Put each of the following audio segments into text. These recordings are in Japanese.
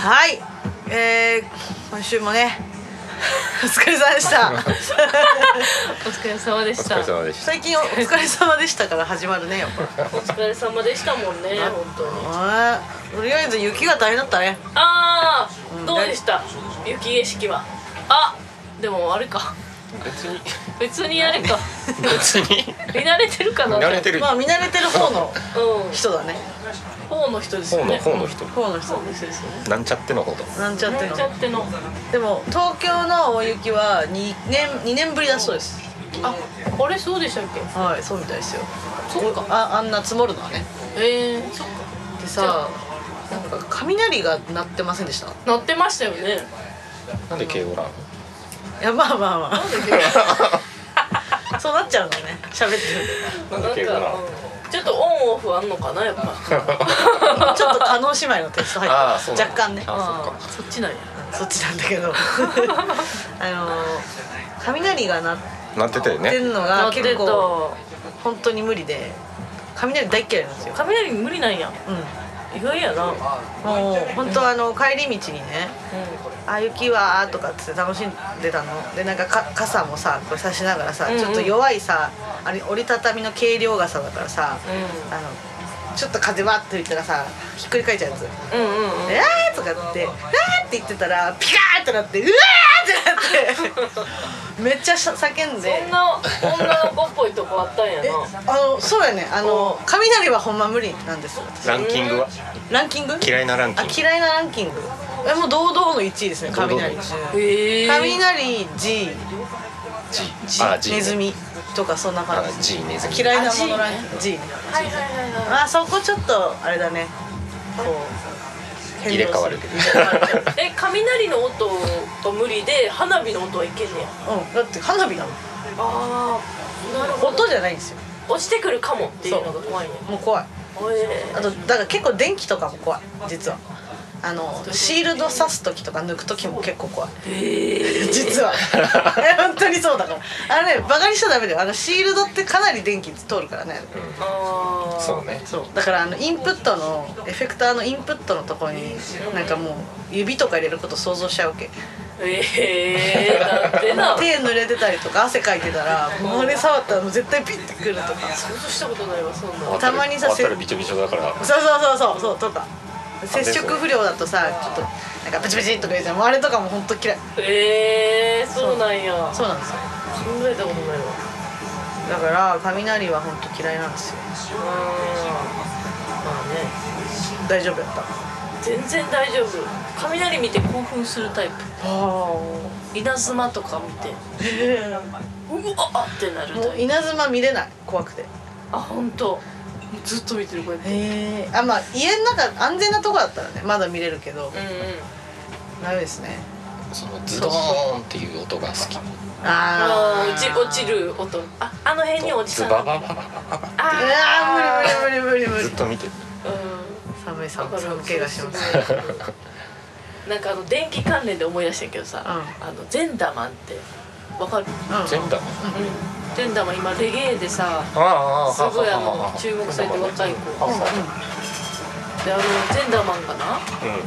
はい、今週もねお疲れ様でしたお疲れ様でした。 最近お疲れ様でしたから始まるね、やっぱお疲れ様でしたもんね、本当に。 とりあえず雪が大変だったね。 ああ、どうでした、雪景色は。あ、でもあれか、別にあれか別に見慣れてるかな。 見慣れてる。 まあ見慣れてる方の人だね。 方の人ですよね。 方の人ですよね。 なんちゃってのこと。 なんちゃっての。 なんちゃっての。 でも東京の大雪は2年ぶりだそうです。 あれそうでしたっけ。 はい、そうみたいですよ。 そっか。 あんな積もるのはね。 そっか。 でさ、なんか雷が鳴ってませんでした？ 鳴ってましたよね。 なんで敬語なの？ いや、まあそうなっちゃうのね、喋ってるなんで敬語なの？ ちょっとオンオフあんのかな、やっぱちょっと加納姉妹のテスト入ってる、若干ね。 そっちなんや。 そっちなんだけど雷が鳴ってたよね。 ってんのが結構本当に無理で、雷大っ嫌いなんですよ。 雷無理なんや。意外やな。 もう本当帰り道にね、雪はとかっつって楽しんでたので、なんか傘もさこれ差しながらさ、ちょっと弱いさ、あれ折りたたみの軽量傘だからさ、ちょっと風わって吹いたらさひっくり返っちゃうやつ。とかってって言ってたらピカーってなって、うわーってなってめっちゃ叫んで。 そんな女の子っぽいとこあったんやな。 そうやね、雷はほんま無理なんです。 ランキングは？ ランキング？ 嫌いなランキング。 嫌いなランキング。もう堂々の1位ですね、雷。雷、G、ネズミとかそんな感じ。 G、ネズミ。 嫌いなものランキング G ね。そこちょっとあれだね。こう入れ替わる。 雷の音が無理で花火の音はいけんねや。 だって花火なの。 なるほど。 音じゃないんですよ。 落ちてくるかもっていうのが怖いね。 もう怖い。あとだから結構電気とかも怖い、実は。シールド刺す時とか抜く時も結構怖い。実は本当にそうだから、バカにしちゃダメだよ。シールドってかなり電気通るからね。 そうね。 そうだからインプットのエフェクターのインプットのところになんかもう指とか入れること想像しちゃうわけ。 なんでな。 手濡れてたりとか汗かいてたらあれ触ったらもう絶対ピッてくるとか。 想像したことないわ、そんな。 たまにさ、 ビチョビチョだから。 そうとか接触不良だとさ、ちょっとなんかブチブチとか言うじゃん。もうあれとかも本当嫌い。 そうなんや。 そうなんですよ。 考えたことないわ。 だから雷は本当嫌いなんですよ。 まあね。 大丈夫やった？ 全然大丈夫。雷見て興奮するタイプ。稲妻とか見てうわってなるタイプ。 もう稲妻見れない、怖くて。 本当。ずっと見てる、こうやって。 まあ家の中安全なとこだったらねまだ見れるけど、ダメですね。 そのズドーンっていう音が好き。 落ちる音。あの辺に落ちた。 ズババババババ。 無理。 ずっと見てる。 寒気がします。 なんか電気関連で思い出したけどさ、ゼンダマンってわかる？ ゼンダマン？ ゼンダマン今レゲエでさ、すごい注目されて若い子。でゼンダマンかな？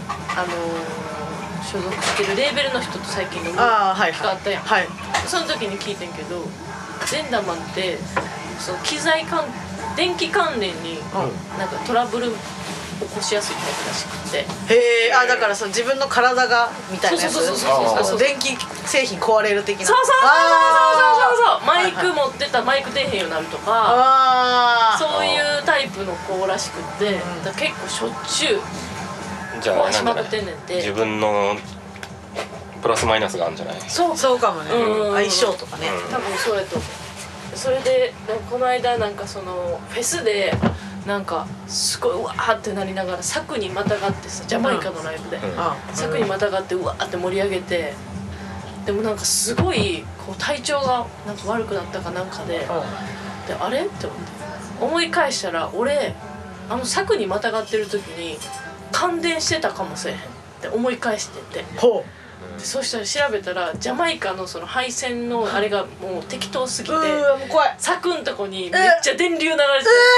所属してるレーベルの人と最近のがあったやん。その時に聞いてんけど、ゼンダマンってその電気関連になんかトラブル起こしやすいタイプらしくて。 だから自分の体がみたいなやつ。そう電気製品壊れる的な。 そうマイク持ってたマイク出えへんようになるとか、そういうタイプの子らしくて、結構しょっちゅう壊しまくってんねんて。 自分のプラスマイナスがあるんじゃない？ そうかもね。相性とかね。 多分そうやと思う。それでこの間なんかそのフェスでなんかすごいうわーってなりながら柵にまたがってさ、ジャマイカのライブで柵にまたがってうわーって盛り上げて、でもなんかすごいこう体調がなんか悪くなったかなんかで、あれって思い返したら、俺柵にまたがってる時に感電してたかもしれへんって思い返してて。でそしたら調べたらジャマイカのその配線のあれがもう適当すぎて柵んとこにめっちゃ電流流れ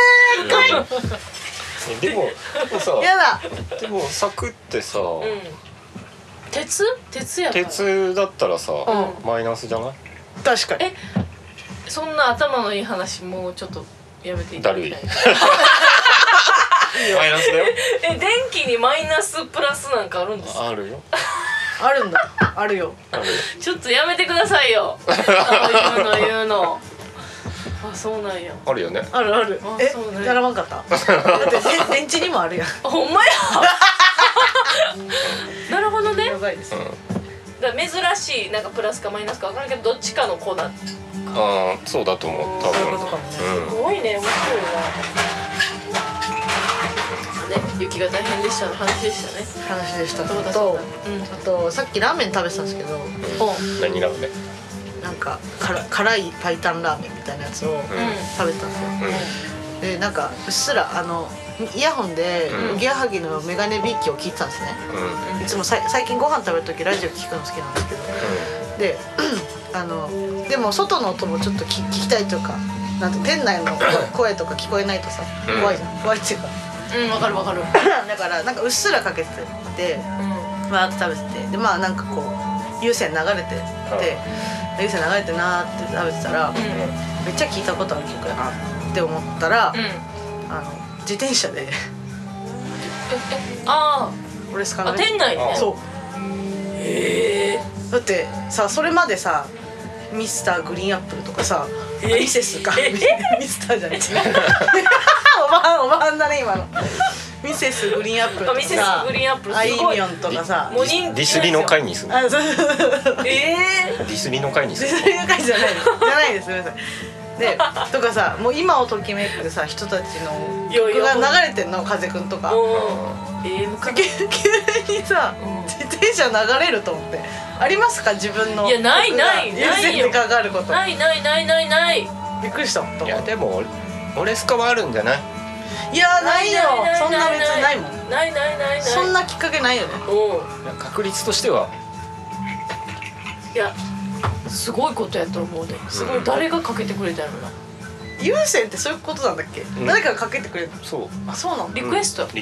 てた。 でもさ、 やだ。 でも柵ってさ、 鉄やから鉄だったらさ、マイナスじゃない？ 確かに。 そんな頭のいい話もうちょっとやめていただきたい。 マイナスだよ。 電気にマイナスプラスなんかあるんですか？ あるよ。 あるんだ。あるよ。 あるよ。 ちょっとやめてくださいよ。言うの。あ、そうなんや。 あるよね。 あるある。 そうねやらなかった。だって電池にもあるやん。 ほんまや。なるほどね。 やばいです。 だから珍しいなんかプラスかマイナスか分からんけどどっちかの子だ。 ああ、そうだと思う。多そういう分。 ことかもね。 すごいね、面白いな。ね、雪が大変でしたの話でしたね。 話でした。 そうだと、 そうあとさっきラーメン食べてたんですけど、 何ラーメン？ なんか辛い白湯ラーメンみたいなやつを食べてたんですよ。でなんかうっすらイヤホンでおぎやはぎのメガネビーキを聞いてたんですね。いつも最近ご飯食べる時ラジオ聞くの好きなんですけど、ででも外の音もちょっと聞きたいというか、なんて店内の声とか聞こえないとさ怖いじゃん。怖いっていうか。 わかるわかる。 だからなんかうっすらかけててわーって食べてて、でまあなんかこう有線流れてて、有線流れてなーって食べてたら、めっちゃ聞いたことある曲やなって思ったら、自転車で俺スカナ店内で。 そうだってさ、それまでさミスターグリーンアップルとかさ、ミセスかミスターじゃないおばはんだね今の。ミセスグリーンアップルとかさ、あいみょんとかさ、 ディスりの会にする。 あ、そうディスりの会にする。 ディスりの会じゃないです。ごめんなさい。でとかさ、もう今をときめくさ人たちの曲が流れてんの、風くんとか。急にさ自転車流れると思って、ありますか自分の。 いやない優先でかかること。 ない。 びっくりした。 いやでも俺スカはあるんじゃない？ いやないよ、そんな別にないもん。 ない。 そんなきっかけないよね。 確率としては。 いやすごいことやと思うで。すごい、誰がかけてくれたやろな。 優先ってそういうことなんだっけ？誰かがかけてくれるの？ そう。 あ、そうなの？ リクエストか。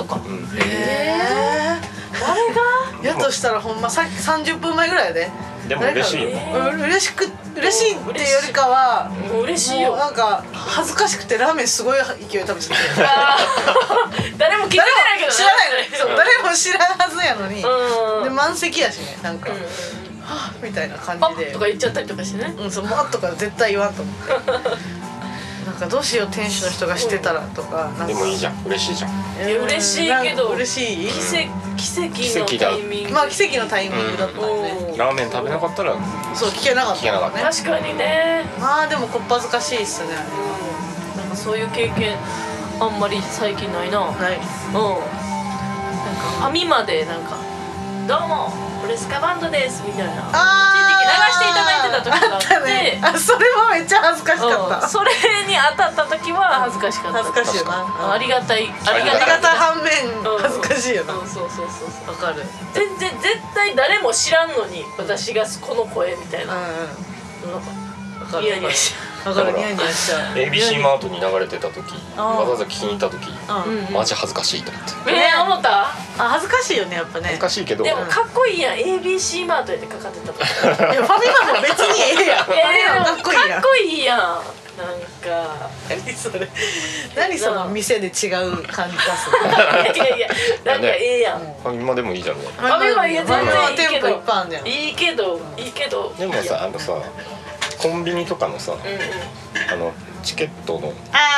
誰が？やとしたらほんまさっき30分前ぐらいで。 でも嬉しいよ。 嬉しいっていうよりかは嬉しいよ。 なんか恥ずかしくてラーメンすごい勢いで食べてて。 誰も聞いてないけど。 知らないのに。そう、誰も知らんはずやのに。で満席やしね、なんか。はぁみたいな感じで。 とか言っちゃったりとかしてね。 そう、まとか絶対言わんと思って。なんかどうしよう店主の人がしてたらとか。 でもいいじゃん、嬉しいじゃん。 嬉しいけど。 嬉しい。 奇跡のタイミング。 まあ奇跡のタイミングだったね。 ラーメン食べなかったら。 そう、聞けなかったね。 確かにね。 まあでもこっぱずかしいっすね。 なんかそういう経験あんまり最近ないな。 ない。 なんかファミマでなんかどうも俺スカバンドですみたいな。一時期流していただいてた時があって。 あ、それもめっちゃ恥ずかしかった。 それに当たった時は恥ずかしかった。 恥ずかしいよな。 ありがたい反面恥ずかしいよな。 そう。 わかる。 全然絶対誰も知らんのに私がこの声みたいな。ニヤニヤしちゃう。 わかる、ニヤニヤしちゃう。 ABC マートに流れてた時、わざわざ聞きに行った時、マジ恥ずかしいと思って。 思った？ 恥ずかしいよね、やっぱね。 恥ずかしいけど。 でもかっこいいやん。ABC マートでかかってた時。 いや、ファミマも別にええやん。ファミマかっこいいやん。 かっこいいやん。なんか何それ。何その店で違う感じ出す。 いやなんかええやん。 ファミマでもいいじゃんね。 ファミマいや全然いいけど。 店舗いっぱいあんねん。 いいけど。 でもさ、コンビニとかのさ、チケットの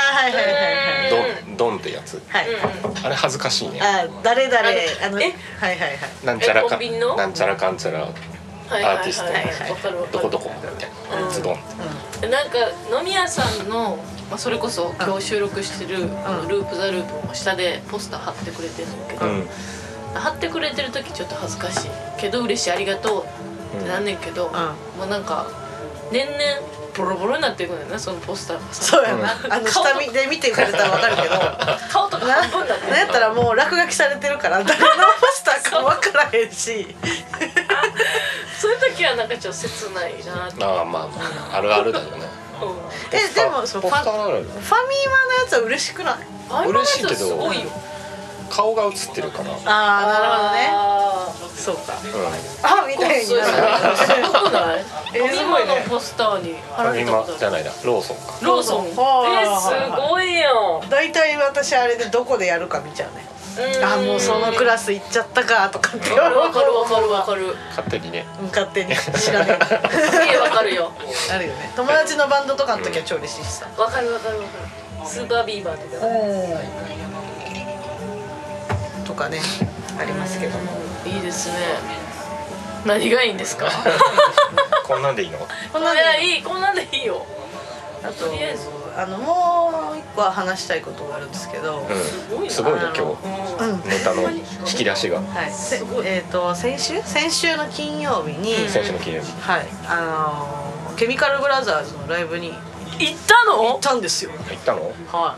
ドンってやつ、あれ恥ずかしいね。 誰々 なんちゃらかんちゃらアーティストどこみたいなズドンって。 なんか飲み屋さんのそれこそ今日収録してるループザループも下でポスター貼ってくれてるんだけど、貼ってくれてる時ちょっと恥ずかしいけど嬉しい、ありがとうってなんねんけど、もうなんか年々ボロボロになっていくんだよね、そのポスターが。 そうやな。下で見てくれたらわかるけど、 顔とか半分だって。 なんやったらもう落書きされてるから誰のポスターかわからへんし。 そういう時はなんかちょっと切ないなって。 まああるあるだよね。 でもファミマのやつは嬉しくない？ 嬉しいけど顔が映ってるから。 なるほどね。 そうか。あみたいになる。 すごくない？ すごいね。 ポスターにファミマじゃないな、ローソンか。 ローソン。すごいよ。 大体私あれでどこでやるか見ちゃうね。あもうそのクラス行っちゃったかとかって。 わかる。 勝手にね。 勝手に知らない。 わかるよ。 あるよね。友達のバンドとかの時は超嬉しいしさ。 わかる。スーパービーバーとか。 とかねありますけども。 いいですね。何がいいんですか？ こんなんでいいの？ こんなんでいいよ。 あともう一個は話したいことがあるんですけど、 すごいね今日ネタの引き出しが。 はい。先週の金曜日にはいケミカルブラザーズのライブに行ったんですよ。 行ったの？ はい。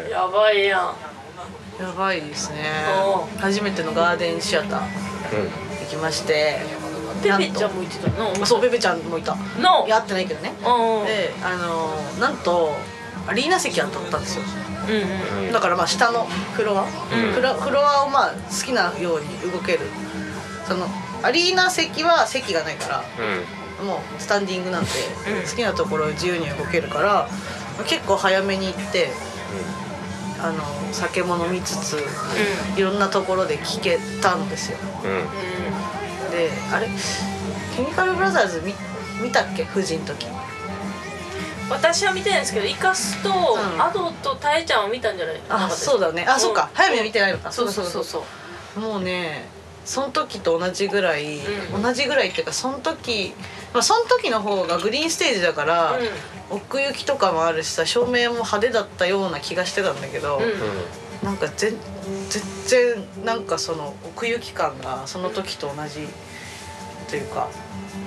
やばいやん。 やばいですね。初めてのガーデンシアター行きまして。 ペペちゃんもいてたの？ そうペペちゃんもいた。やってないけどね。でなんとアリーナ席は取ったんですよ。だからまあ下のフロアをまあ好きなように動ける。そのアリーナ席は席がないから、もうスタンディングなんで好きなところを自由に動けるから、結構早めに行って。酒も飲みつつ、いろんなところで聴けたんですよ。で、あれケミカルブラザーズ見たっけ？富士の時。 私は見てないんですけど、イカスとアドとタエちゃんは見たんじゃない？ あ、そうだね。あ、そうか。早めに見てないのか。 そう。 もうね、その時と同じぐらいっていうか、その時の方がグリーンステージだから。奥行きとかもあるしさ、照明も派手だったような気がしてたんだけど、なんか全然なんかその奥行き感がその時と同じというか、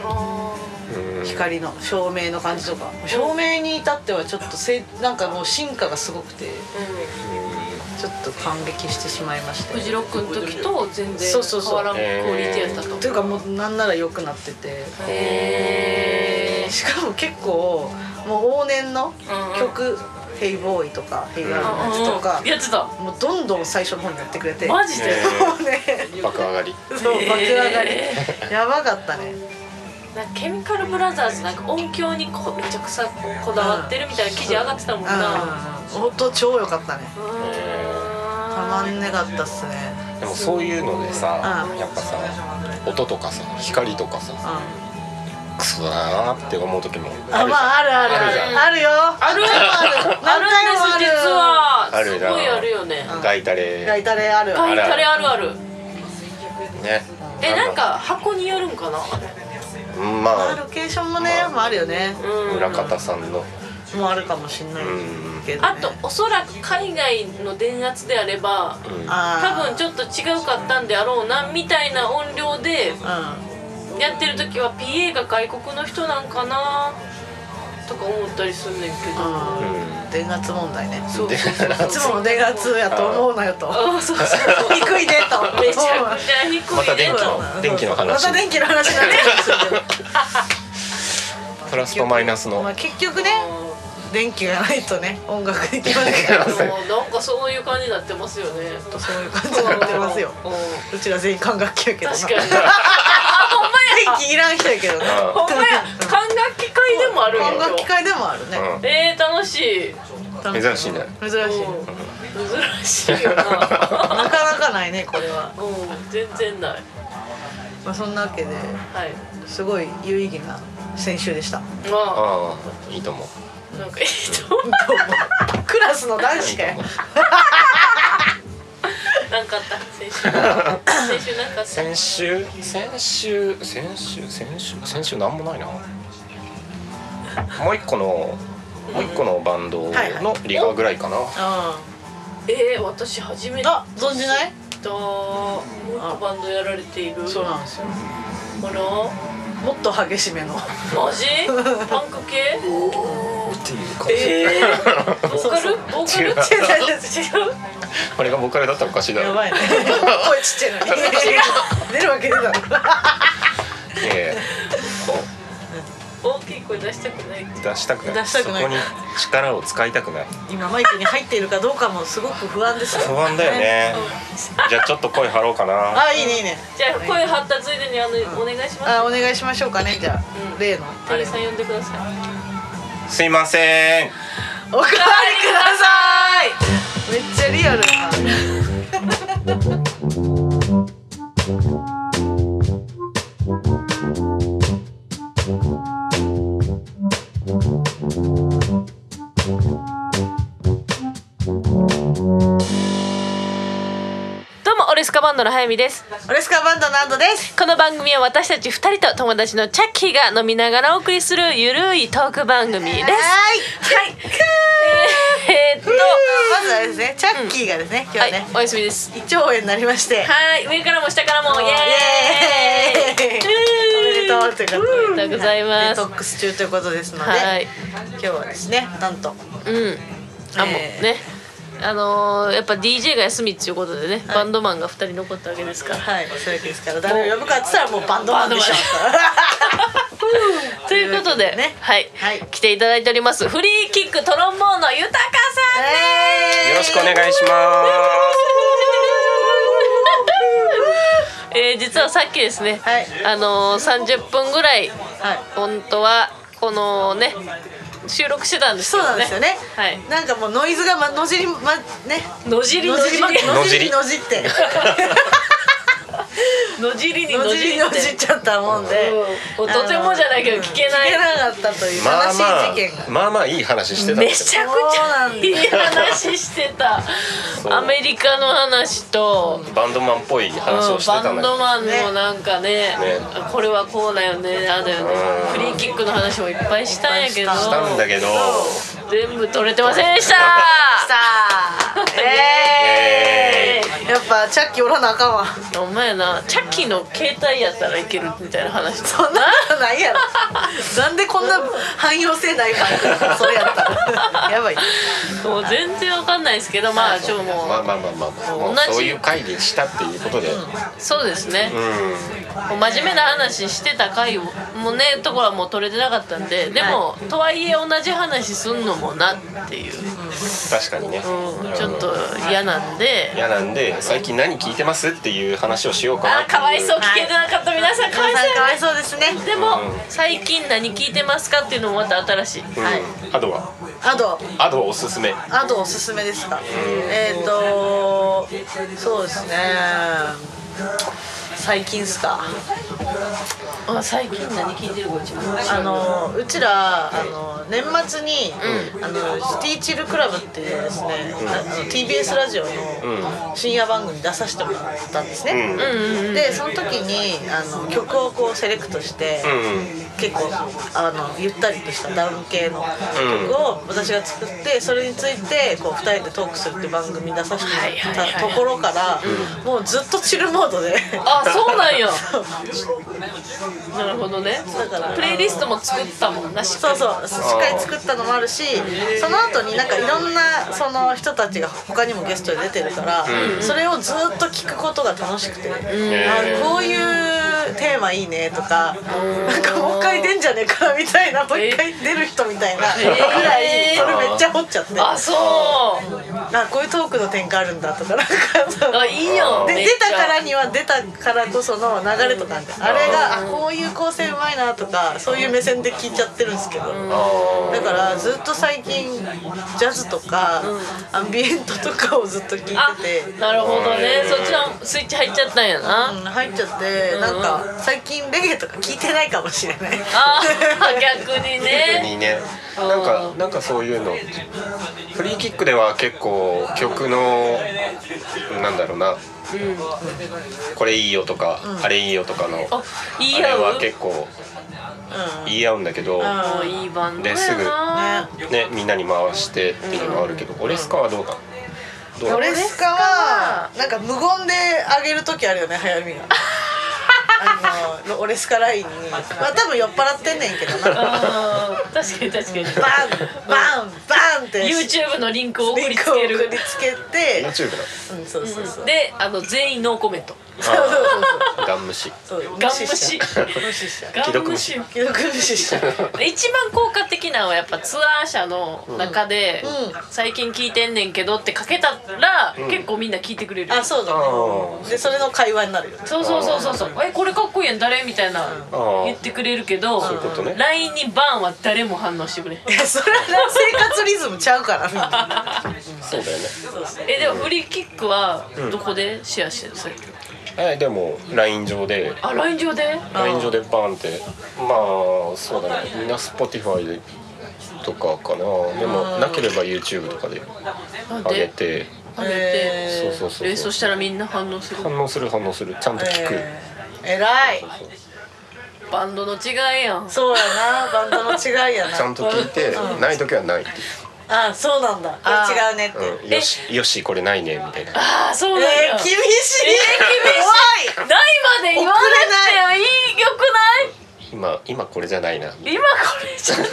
光の照明の感じとか、照明に至ってはちょっとなんかもう進化がすごくて、ちょっと感激してしまいました。 フジロックの時と全然変わらんクオリティやったと。 というかもうなんなら良くなってて、しかも結構もう往年の曲「ヘイボーイ」とか「ヘイガール」のやつとかやってた。 もうどんどん最初の方にやってくれて、 マジでもうね爆上がり。 そう爆上がりやばかったね。 ケミカルブラザーズなんか音響にめちゃくちゃこだわってるみたいな記事上がってたもんな。 音超良かったね。たまんねかったっすね。 でもそういうのでさ、やっぱさ音とかさ光とかさクソだなって思う時もある。まああるよ。 あるんです実は。すごいあるよね。 ガイタレある。 ね。 なんか箱によるんかな。 まあロケーションもねあるよね。 村方さんのもあるかもしれないけど。 あとおそらく海外の電圧であれば多分ちょっと違うかったんであろうなみたいな音量で。やってる時は PA が外国の人なんかなとか思ったりすんねんけど、 電圧問題ね。 そういつもの電圧やと思うなよと。低いねと。 めちゃくちゃ低いねと。 また電気の話。 また電気の話だね。 プラスとマイナスの。 結局ね、電気がないとね音楽できないから。 なんかそういう感じになってますよね。 そういう感じになってますよ。うちら全員管楽器やけどな。 確かに。 電気いらん人やけどね。 ほんまや。管楽器会でもあるよ。 管楽器会でもあるね。 楽しい。 珍しいね。 珍しいよな。なかなかないねこれは。 全然ない。 まあそんなわけで、すごい有意義な先週でした。 ああいいと思う。 なんかいいと思う。 クラスの男子かよ。 なんかあった先週なんかあった。 先週なんもないな。もう一個のバンドのリハぐらいかな。 私初めて。 存じない？ もう一個バンドやられている。 そうなんですよ。 あら。 もっと激しめの。 マジ？パンク系？ っていう感じ。 ボーカル？違う。 これがボーカルだったらおかしいだろ。 やばいね。声ちっちゃいのに。出るわけねえだろ。 大きい声出したくない。 出したくない。そこに力を使いたくない。 今マイクに入っているかどうかもすごく不安ですよ。 不安だよね。じゃあちょっと声張ろうかな。 あ、いいねいいね。 じゃあ声張ったついでにお願いします。 あ、お願いしましょうかね。じゃあ例の店員さん呼んでください。 すいません。 おかわりください。めっちゃリアルな。 オレスカバンドの早見です。 オレスカバンドの安藤です。 この番組は私たち2人と友達のチャッキーが飲みながらお送りするゆるいトーク番組です。はい。 まずはですね、チャッキーがですね、今日はね、 お休みです。 胃腸炎になりまして、 はい、上からも下からもイエーイ。 おめでとうということで、 おめでとうございます。 デトックス中ということですので、今日はですね、なんと、もうね。やっぱ DJ が休みっていうことでね、バンドマンが2人残ったわけですから。 はい、そういうわけですから、誰を呼ぶかって言ったらもうバンドマンでしょ。 ということでね、来ていただいておりますフリーキックトロンボーンの豊さんです。 よろしくお願いします。 実はさっきですね、30分ぐらい本当はこのね収録してたんですけどね。 そうなんですよね。なんかもうノイズがのじりってのじりにのじっちゃったもんで、とてもじゃないけど聞けなかったという悲しい事件が。 まあまあいい話してた。 めちゃくちゃいい話してた。アメリカの話とバンドマンっぽい話をしてたバンドマンもなんかね、これはこうだよね、あだよね、フリーキックの話もいっぱいしたんやけど、全部取れてませんでした。 やっぱチャッキーおらなあかんわ。 お前な、チャッキーの携帯やったらいけるみたいな話。 そんなことないやろ。なんでこんな汎用性ないかそれやったらやばい。 もう全然わかんないですけど、まあちょっともうそういう会議したっていうことで、 そうですね。真面目な話してた回もねところはもう取れてなかったんで、でもとはいえ同じ話すんのもなっていう。 確かにね。 ちょっと嫌なんで最近何聞いてますっていう話をしようかな。 かわいそう、聞けてなかった皆さんかわいそうですね。 でも最近何聞いてますかっていうのもまた新しい。 アドはおすすめ。 アドおすすめですか。そうですね。最近っすか。 最近何聞いてるか一番。 うちら年末にシティチルクラブっていうですね、TBS ラジオの深夜番組に出させてもらったんですね。でその時に曲をこうセレクトして、結構ゆったりとしたダウン系の曲を私が作って、それについてこう2人でトークするっていう番組に出させてもらったところから、もうずっとチルモードで。 あ、そうなんや。なるほどね。だからプレイリストも作ったもんな。 そうしっかり作ったのもあるし、その後になんかいろんなその人たちが他にもゲストで出てるから、それをずっと聞くことが楽しくて、こういうテーマいいねとか、なんかもう一回出んじゃねえかみたいな、もう一回出る人みたいなぐらいそれめっちゃ掘っちゃって、 あ、そう、 こういうトークの展開あるんだとか、なんかいいよ。 で出たからには出たからこその流れとかあれがこういう構成うまいなとか、そういう目線で聞いちゃってるんですけど、だからずっと最近ジャズとかアンビエントとかをずっと聞いてて。 なるほどね。そっちのスイッチ入っちゃったんやな。 入っちゃって、なんか最近レゲエとか聞いてないかもしれない。 逆にね。 なんかそういうのフリーキックでは結構曲のなんだろうな、これいいよとか、あれいいよとかのあれは結構言い合うんだけど、ですぐねみんなに回してっていうのはあるけど、オレスカはどうだ。 オレスカはなんか無言で上げる時あるよね、早見が。オレスカラインに、多分酔っ払ってんねんけどな。 確かにバンバンバンバンって YouTube のリンクを送りつける。 送りつけて YouTube だ。 そうそうそうで全員ノーコメント。 ガン無視。 ガン無視。 無視しちゃうガン無視。 既読無視しちゃう一番効果的なのはやっぱツアー社の中で最近聞いてんねんけどってかけたら結構みんな聞いてくれる。 あ、そうだね。でそれの会話になるよね。 そうこれかっこいいやん誰みたいな言ってくれるけど、 そういうことね。 LINE にバンは誰も反応してくれん。 いやそれは生活リズムちゃうからみんな。 そうだよね。 でもフリーキックはどこでシェアしてる？それでも LINE 上で LINE 上でバーンってまあそうだねみんな Spotify でとかかな。でもなければ YouTube とかで上げてそうそしたらみんな反応する。 反応するちゃんと聞く。 偉い。 バンドの違いやん。 そうやな、バンドの違いやな。 ちゃんと聞いてない時はないって。 あ、そうなんだ。これ違うねって。 よしこれないねみたいな。 ああそうなんや。 厳しい。 厳しい。ないまで言わなくてよよくない？ 今これじゃないな。 今これじゃない。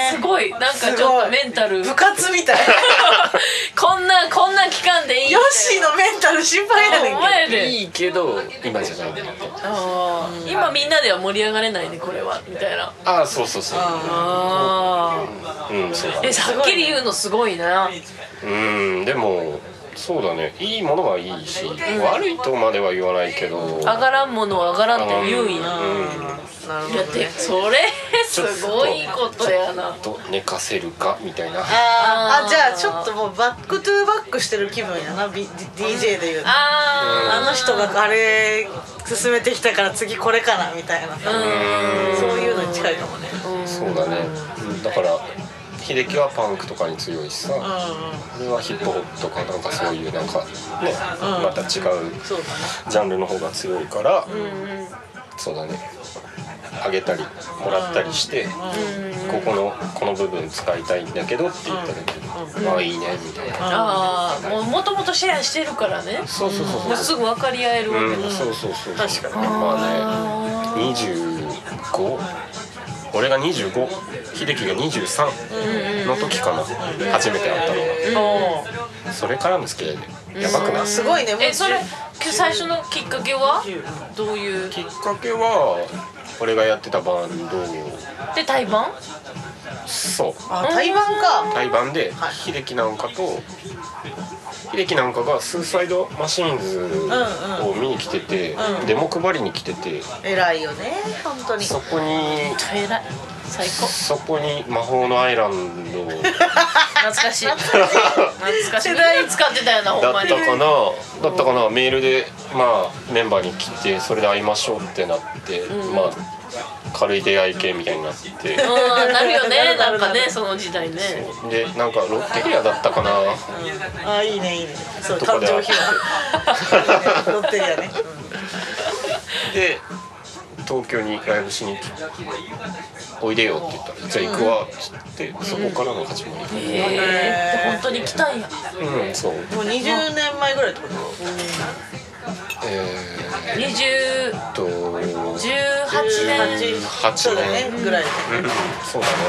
すごいなんかちょっとメンタル部活みたい。 こんな期間でいい。 ヨッシーのメンタル心配やねんけど。 いいけど今じゃないね。 今みんなでは盛り上がれないねこれはみたいな。 ああそう。 そうだ。はっきり言うのすごいな。 でもそうだね。いいものはいいし、悪いとまでは言わないけど。 上がらんものは上がらんって言うんや。だってそれすごいことやな。 と寝かせるかみたいな。 じゃあちょっともうバックトゥーバックしてる気分やな。DJ で言うと。あの人があれ進めてきたから次これかなみたいな。そういうのに近いかもね。 そうだね。だから。秀樹はパンクとかに強いしさ、俺はヒップホップとかなんかそういうなんかね、また違うジャンルの方が強いから、そうだね、あげたりもらったりして、この部分使いたいんだけどって言った時に、まあいいねみたいな。 もともとシェアしてるからね。 そうすぐ分かり合えるわけだ。 そう確かに。まあね、25。俺が25、秀樹が23の時かな、初めて会ったのが。それからの付き合いでやばくない？ すごいね。 それ最初のきっかけはどういうきっかけは俺がやってたバンドで対バン？ そう。 対バンか。 対バンで秀樹なんかがスーサイドマシーンズを見に来てて、デモ配りに来てて、 偉いよね本当に。 偉い最高。 そこに魔法のアイランド懐かしい世代使ってたよなほんまに。だったかなメールでまあメンバーに来てそれで会いましょうってなって、まあ軽い出会い系みたいになって。 なるよねなんかねその時代ね。 でなんかロッテリアだったかな。 いいね。そう誕生日はロッテリアね。 で東京にライブしにおいでよって言ったらじゃあ行くわっつってそこからの始まり。 本当に来たんや。 そう。 もう20年前ぐらいってこと？ 18年ぐらい。 そうだね。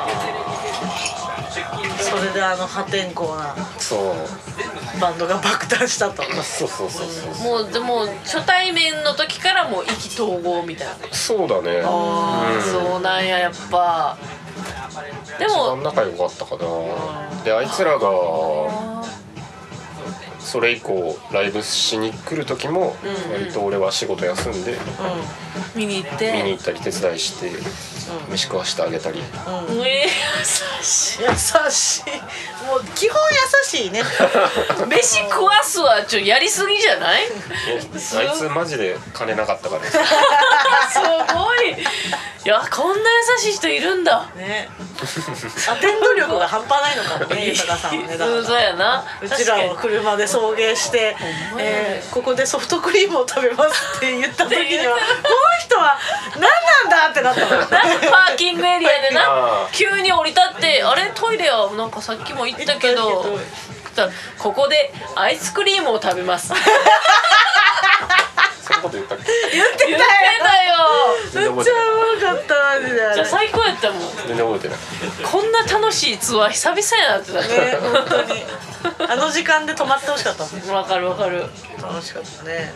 それで破天荒なバンドが爆誕したと。 そうもうでも初対面の時からもう意気投合みたいな。 そうだね。 そうなんややっぱ。でも一番仲良かったかな。であいつらがそれ以降ライブしに来る時も割と俺は仕事休んで見に行ったり手伝いして飯食わしてあげたり。 優しい。 もう基本優しいね。 飯食わすはやりすぎじゃない？ あいつマジで金なかったから。すごい。いやこんな優しい人いるんだね。アテンド力が半端ないのかもね、豊さんはね。 そうやな。 うちらを車で送迎してここでソフトクリームを食べますって言った時にはこの人は何なんだってなったの。 パーキングエリアでな急に降り立ってあれトイレはなんかさっきも言ったけどここでアイスクリームを食べます。 そんなこと言ったっけ？ 言ってたよ。 めっちゃうまかったマジで。 じゃあ最高やったもん。 全然覚えてない。 こんな楽しいツアー久々やなってなって。 ね、本当にあの時間で泊まってほしかったもん。 わかるわかる。 楽しかったね。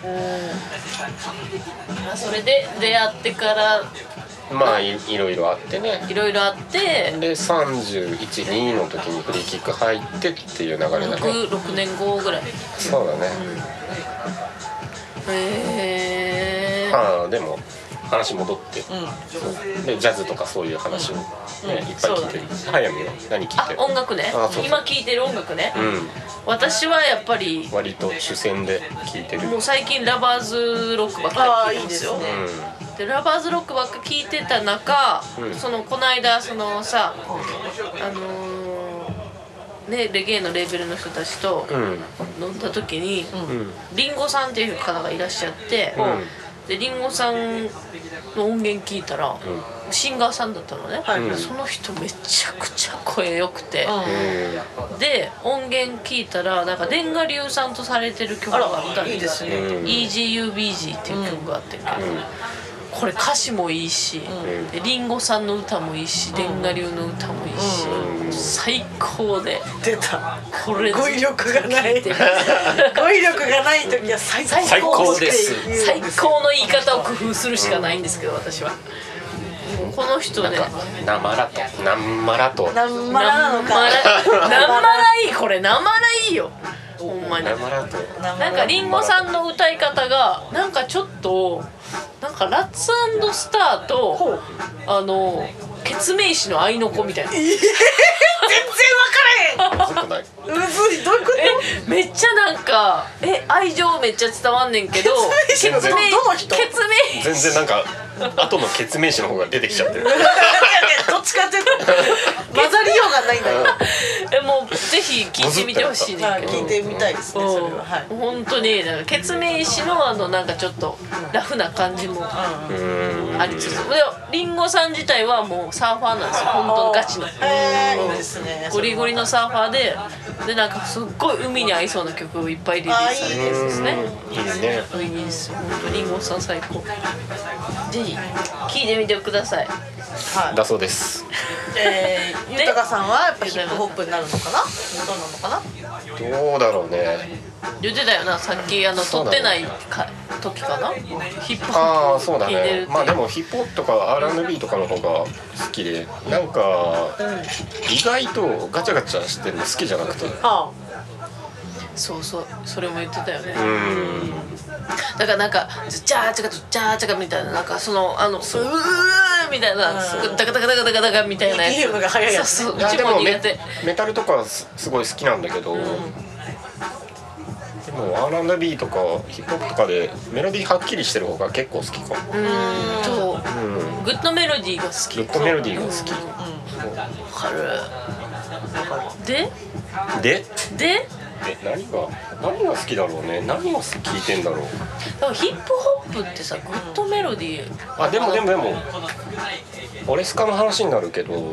それで出会ってからまあいろいろあってね。 いろいろあってで31、2の時にフリーキック入ってっていう流れだね。 6年後ぐらい。 そうだね。でも話戻って、でジャズとかそういう話をね、いっぱい聞いてる。早見は何聞いてる？ 音楽ね。今聴いてる音楽ね。私はやっぱり割と主戦で聴いてる。 もう最近ラバーズロックばっかり聴いてますよ。でラバーズロックばっか聴いてた中、この間そのさね、レゲエのレーベルの人たちと飲んだ時に、リンゴさんっていう方がいらっしゃって、でリンゴさんの音源聞いたら、シンガーさんだったのね、その人めちゃくちゃ声良くて、で音源聞いたらなんかデンガリュウさんとされてる曲があったんですよ。EGUBG っていう曲があってんけど、これ歌詞もいいし、リンゴさんの歌もいいし、デンガリュウの歌もいいし、最高で。 出た。 これ語彙力がない。語彙力がない時は最高です。 最高の言い方を工夫するしかないんですけど、私は。この人ね。 ナンマラと。 ナンマラなのか。 ナンマラいい、これナンマラいいよ。ほんまに。なんかリンゴさんの歌い方がなんかちょっとなんかラッツ&スターとケツメイシの愛の子みたいな。 全然分からへん。むずい。どういうこと？ めっちゃなんか愛情めっちゃ伝わんねんけど、 ケツメイシどの人？ケツメイシ全然なんか後のケツメイシの方が出てきちゃってる。 どっちかっていうと混ざりようがないんだよ。 もうぜひ聞いてみてほしいね。 聞いてみたいですね。それは。はい。 本当になんかケツメイシのなんかちょっとラフな感じもありつつ、でリンゴさん自体はもうサーファーなんですよ。本当ガチの。 いいですね。 ゴリゴリのサーファーでなんかすっごい海に合いそうな曲をいっぱいリリースされてるんですね。 いいね。 いいですよ。本当リンゴさん最高。ぜひ聞いてみてください。 だそうです。 豊さんはやっぱヒップホップになるのかな？どうなのかな？どうだろうね。 言ってたよな、さっき撮ってない時かな。ヒップホップそうだね。まあでもヒップホップとか R&B とかの方が好きで、なんか意外とガチャガチャしてるの好きじゃなくて。 そうそう、それも言ってたよね。だからなんかズチャーチャカズチャーチャカみたいな、なんかうーみたいな、ダカダカダカダカダカみたいなやつ。 BPM が速いやつ。 そう、うちも苦手。 メタルとかはすごい好きなんだけど、でも R&B とかヒップホップとかでメロディーはっきりしてる方が結構好きかも。 そう、グッドメロディーが好き。 グッドメロディーが好き。 わかる。で何が好きだろうね。何を聞いてんだろう。 だからヒップホップってさ、グッドメロディー。 でもオレスカの話になるけど、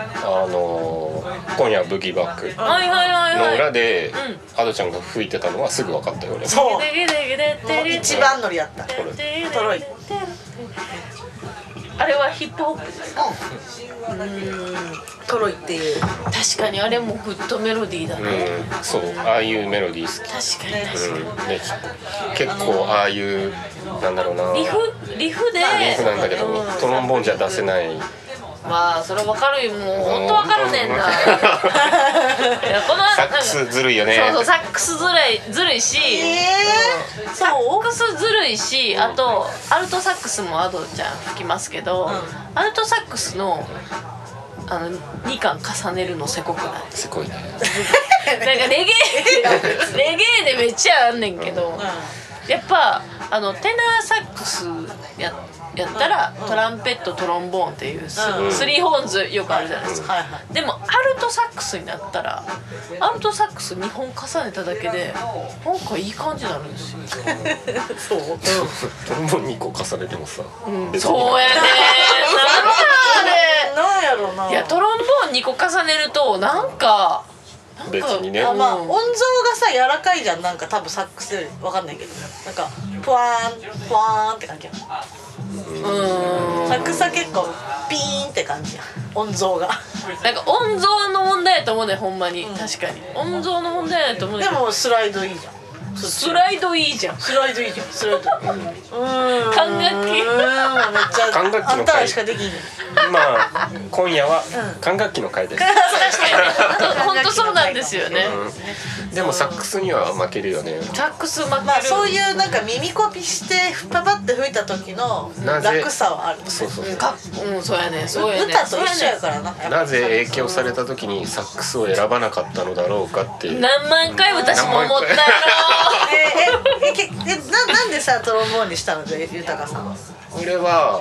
今夜ブギーバックの裏でアドちゃんが吹いてたのはすぐ分かったよね。 そう。一番乗りやった。トロイ。 あれはヒップホップですか？ トロイっていう。 確かにあれもグッドメロディーだね。 そう、ああいうメロディー好き。確かに。 結構ああいうなんだろうな。 リフなんだけど、トロンボーンじゃ出せない。 まあそれ分かるよ。もう本当分かるねんな。 サックスずるいよね。 そう、サックスずるいし、サックスずるいし、あとアルトサックスもアドちゃん吹きますけど、アルトサックスの2巻重ねるのせこくない？ せこいね。 なんかレゲエでめっちゃあんねんけど、やっぱテナーサックスやったらトランペット、トロンボーンっていうスリーホーンズよくあるじゃないですか。でもアルトサックスになったらアルトサックス2本重ねただけでなんかいい感じになるんですよ。 そう。 トロンボーン2個重ねてもさ。 そうやね。 なんやろうな。 いやトロンボーン2個重ねるとなんか別にね。 まあ音像がさ柔らかいじゃん。なんか多分サックスよりわかんないけど、なんかプワーンプワーンって感じやん。サックスは結構ピーンって感じやん、音像が。 なんか音像の問題やと思うね、ほんまに。確かに音像の問題やと思うね。 でもスライドいいじゃん。 スライドいいじゃん。 スライドいいじゃん。スライド。 管楽器。 めっちゃ管楽器の回あんたらしかできんねん。 まあ今夜は管楽器の回です。 確かに本当そうなんですよね。 でもサックスには負けるよね。 サックス負ける。 まあそういうなんか耳コピしてパパって吹いた時の楽さはある。 そうそうそう。 そうやね。そうやね。 歌と一緒やからな。 なぜ影響された時にサックスを選ばなかったのだろうかっていう。 何万回私も思ったやろ。 なんでさトロンボーンにしたので豊さんは。 俺は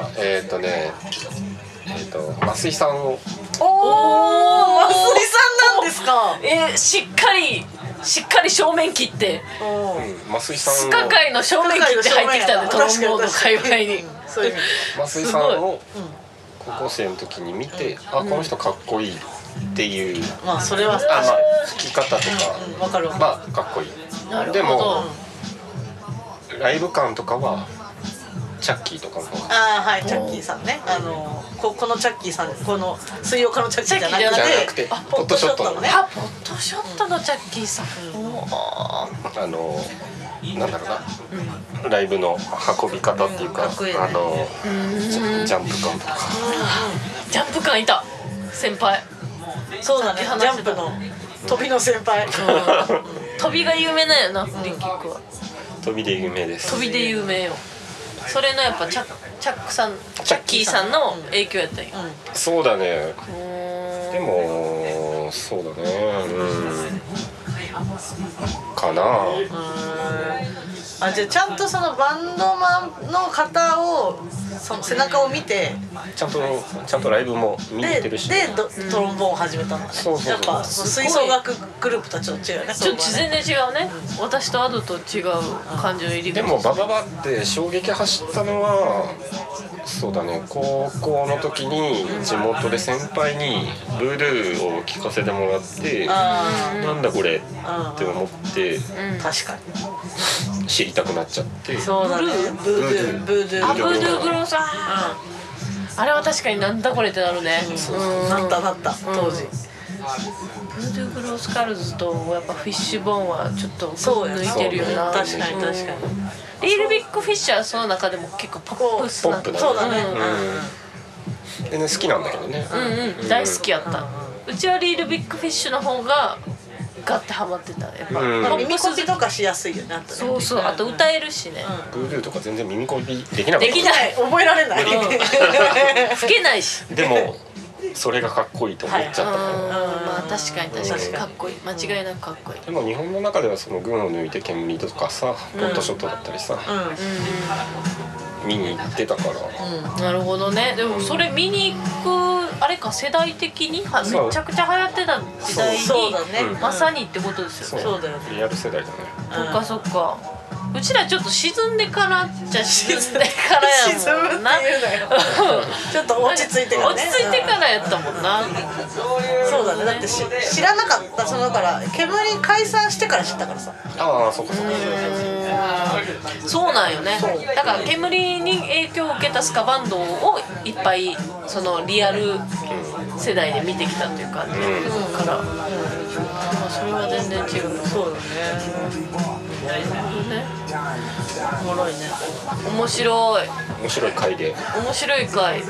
増井さんを。 おお、増井さんなんですか。 しっかり正面切って、 増井さんをスカ界の正面切って入ってきたんで、トロンボーンの界隈に。 増井さんを高校生の時に見て、あ、この人かっこいいっていう、 まあそれは吹き方とかわかるわ。 まあかっこいい。でもライブ感とかはチャッキーとかの方が。 ああはいチャッキーさんね。このチャッキーさん、この水曜日のチャッキーじゃなくてポットショットのね。 あ、ポットショットのチャッキーさん。 なんだろうな、ライブの運び方っていうか、ジャンプ感とか。 ジャンプ感いた先輩。 そうだね。ジャンプの飛びの先輩。 飛びが有名なんやな、フリーキックは。 飛びで有名です。 飛びで有名よ。それのやっぱチャッキーさんの影響やったんや。 そうだね。でもそうだね。かな。 じゃあちゃんとそのバンドマンの方をその背中を見てちゃんとライブも見に行ってるし。 でトロンボーンを始めたんだね。やっぱ吹奏楽グループとはちょっと違うね。 ちょっと全然違うね。私とアドと違う感じの入り口。 でもバババって衝撃走ったのはそうだね、高校の時に地元で先輩にブルーを聴かせてもらって、なんだこれって思って確かに知りたくなっちゃって。 そうだね。ブードゥーグローさん。あれは確かになんだこれってなるね。 なった当時。 ブードゥーグロースカルズとやっぱフィッシュボーンはちょっと抜いてるよな。 確かにリールビッグフィッシャーはその中でも結構ポップスな。 そうだね。 全然好きなんだけどね。 大好きやった。うちはリールビッグフィッシュの方がガッてハマってた。やっぱ耳コピとかしやすいよね。 そうそう。あと歌えるしね。 ブルーとか全然耳コピできなかった。 できない。 覚えられない。 吹けないし。 でもそれがかっこいいと思っちゃったから。 まあ確かにかっこいい。間違いなくかっこいい。 でも日本の中ではその群を抜いてケンミとかさ、ポットショットだったりさ、見に行ってたから。 なるほどね。でもそれ見に行くあれか世代的にめちゃくちゃ流行ってた時代にまさにってことですよね。 そうだよね。 リアル世代だね。 そっかそっか。うちらちょっと沈んでからじゃ沈んでからやもんな。 ちょっと落ち着いてからね。 落ち着いてからやったもんな。 そうだね。だって知らなかった。そのだから煙解散してから知ったからさ。 ああ、そっかそっか。 そうなんよね。だから煙に影響を受けたスカバンドをいっぱいそのリアル世代で見てきたっていう感じから、それは全然違う。 そうだね。おもろいね。 面白い回で。 面白い回。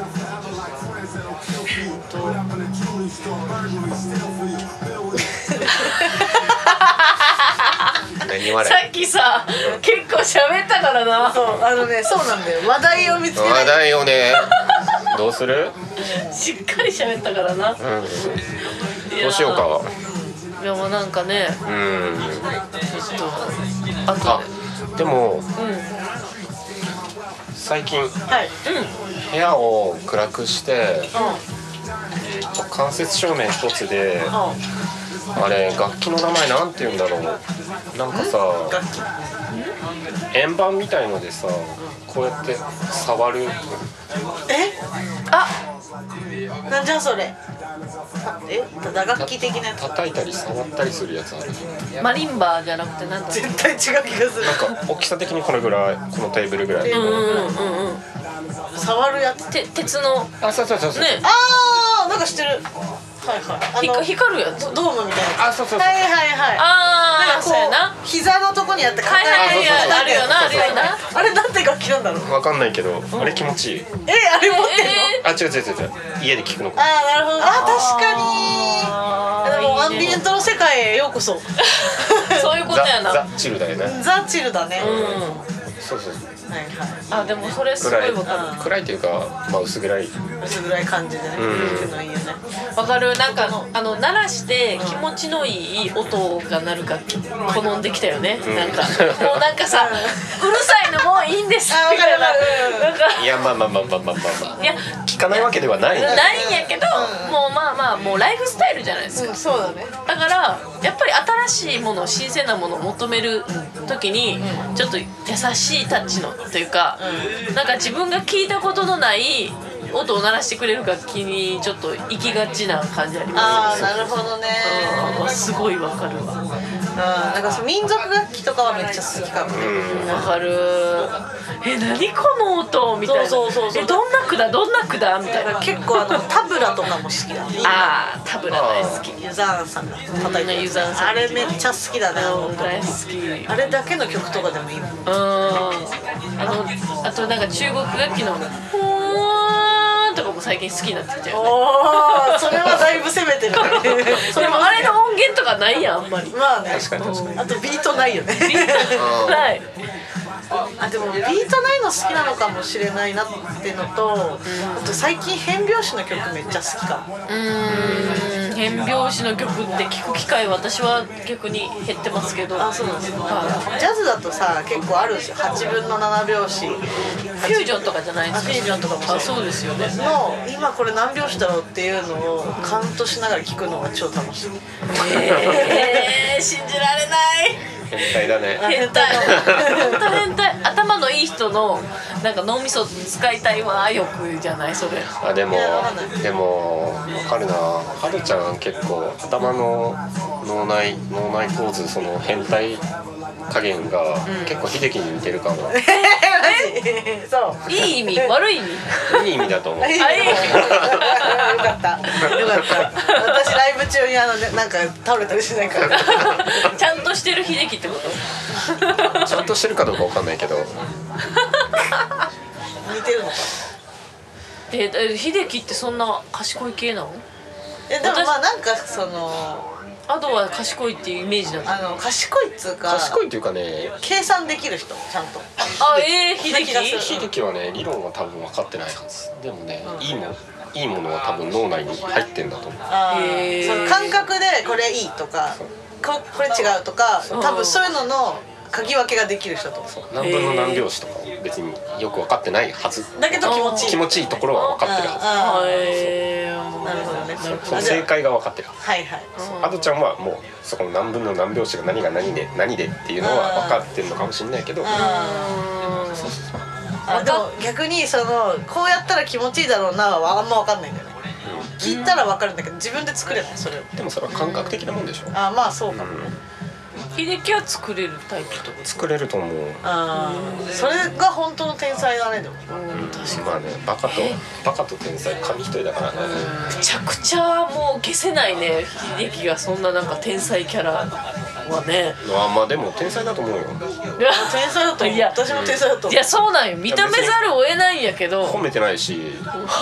さっきさ、結構喋ったからな。 そうそうなんだよ。話題を見つけない。 話題をね。どうする？ しっかり喋ったからな。 どうしようか。 いやもうなんかね。ちょっとあでも最近部屋を暗くして間接照明一つであれ楽器の名前なんて言うんだろう。なんかさ円盤みたいのでさこうやって触る。 なんじゃそれ。 打楽器的なやつ叩いたり触ったりするやつある。 マリンバじゃなくてなんだ絶対違う気がする。 なんか大きさ的にこのぐらい、このテーブルぐらい。 触るやつ。 鉄のあ、そうね。 ああ、なんか知ってる。はいはい。 光るやつ。 ドームみたいな。 あ、そう。 はいはいはい。 ああ、そうやな。 膝のとこにあって硬い。 あるよな。 あれなんて楽器なんだろう。 わかんないけど、あれ気持ちいい。 あれ持ってんの？ あ、違う。家で聞くのか。 ああ、なるほど。確かに。でもアンビエントの世界へようこそ。 そういうことやな。 ザ・チルだよね。 ザ・チルだね。 そう。 あ、でもそれすごいわかる。 暗いというか、まあ薄暗い感じでね。聞くのいいよね。 わかる。なんか鳴らして気持ちのいい音が鳴る楽器好んできたよね。なんかもうなんかさ、うるさいのもういいんですみたいな。なんかいや、まあ。いや、聞かないわけではない。 ないんやけど、もうまあもうライフスタイルじゃないですか。 そうだね。 だからやっぱり新しいもの、新鮮なものを求める時にちょっと優しいタッチのというか、なんか自分が聞いたことのない音を鳴らしてくれる楽器にちょっと行きがちな感じあります。 ああ、なるほどね。 すごいわかるわ。 なんか民族楽器とかはめっちゃ好きかもね。 わかる。何この音みたいな。 そう。 どんな句だみたいな。 結構タブラとかも好きだね。 ああ、タブラ大好き。 ユザーンさんが叩いてる。 ユザーンさん。 あれめっちゃ好きだね。 大好き。 あれだけの曲とかでもいいもん。 あとなんか中国楽器のとかも最近好きになってきちゃう。 おお、それはだいぶ攻めてる。 でもあれの音源とかないやん、あんまり。 まあね。 確かに。 あとビートないよね。 ない。 でもビートないの好きなのかもしれないなっていうのと、あと最近変拍子の曲めっちゃ好きかも。 変拍子の曲って聞く機会私は逆に減ってますけど。 あ、そうなんですか。ジャズだとさ、結構あるんですよ。8分の7拍子。フュージョンとかじゃないですか。 フュージョンとかもそうですよね。 の今これ何拍子だろうっていうのをカウントしながら聞くのが超楽しい。 信じられない。 変態だね。 変態。変態。頭のいい人のなんか脳みそ使いたいわ欲じゃないそれ。 あ、でもわかるな。ハドちゃん結構頭の脳内構図、その変態加減が結構秀樹に似てるかも。 マジ？そう。 いい意味悪い意味？ いい意味だと思う。 よかった。私ライブ中になんか倒れたりしないから。 ちゃんとしてる秀樹ってこと？ ちゃんとしてるかどうかわかんないけど。 似てるのか。 秀樹ってそんな賢い系なの？ でもまあなんかその。 アドは賢いっていうイメージなの。 賢いっつうか。 賢いっていうかね。 計算できる人ちゃんと。 秀樹はね、理論は多分分かってないはず。でもね、いいものは多分脳内に入ってんだと思う。 その感覚でこれいいとか、これ違うとか、多分そういうのの嗅ぎ分けができる人だと思う。 何分の何拍子とか別によく分かってないはず。 だけど気持ちいいところは分かってるはず。なるほどね。 その正解が分かってる。 はいはい。 アドちゃんはもうそこの何分の何拍子が何が何でっていうのは分かってるのかもしれないけど。でも逆にこうやったら気持ちいいだろうなはあんま分かんないんだよね。聞いたら分かるんだけど自分で作れないそれを。 でもそれは感覚的なもんでしょ。 あ、まあそうかも。 秀樹は作れるタイプとか。 作れると思う。 それが本当の天才だね。でも確かにね、バカと天才紙一重だからね。 めちゃくちゃもう消せないね、秀樹がそんななんか天才キャラはね。 まあでも天才だと思うよ。 天才だと思う。私も天才だと思う。 いやそうなんよ、認めざるを得ないんやけど。 褒めてないし。 褒めて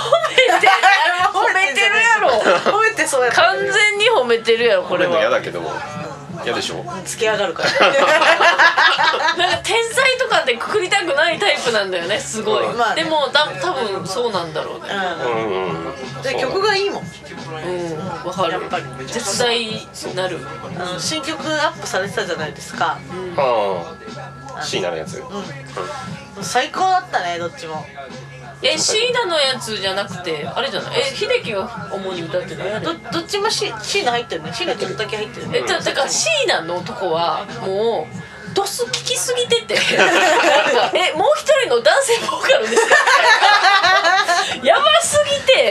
るやろ。 褒めてそうや。 完全に褒めてるやろこれは。 褒めるの嫌だけど。嫌でしょ。 つけ上がるから。 なんか天才とかでくくりたくないタイプなんだよね、すごい。でも多分そうなんだろうね。 で曲がいいもん。 わかる。やっぱり絶大なる。 新曲アップされてたじゃないですか。 C になるやつ。 最高だったね、どっちも。 シーナのやつじゃなくてあれじゃない？秀樹が主に歌ってる。 どっちもシーナ入ってるね。シーナちょっとだけ入ってる。 だからシーナのとこはもうドス聞きすぎててなんかもう一人の男性ボーカルですかみたいなやばすぎて。 いやもう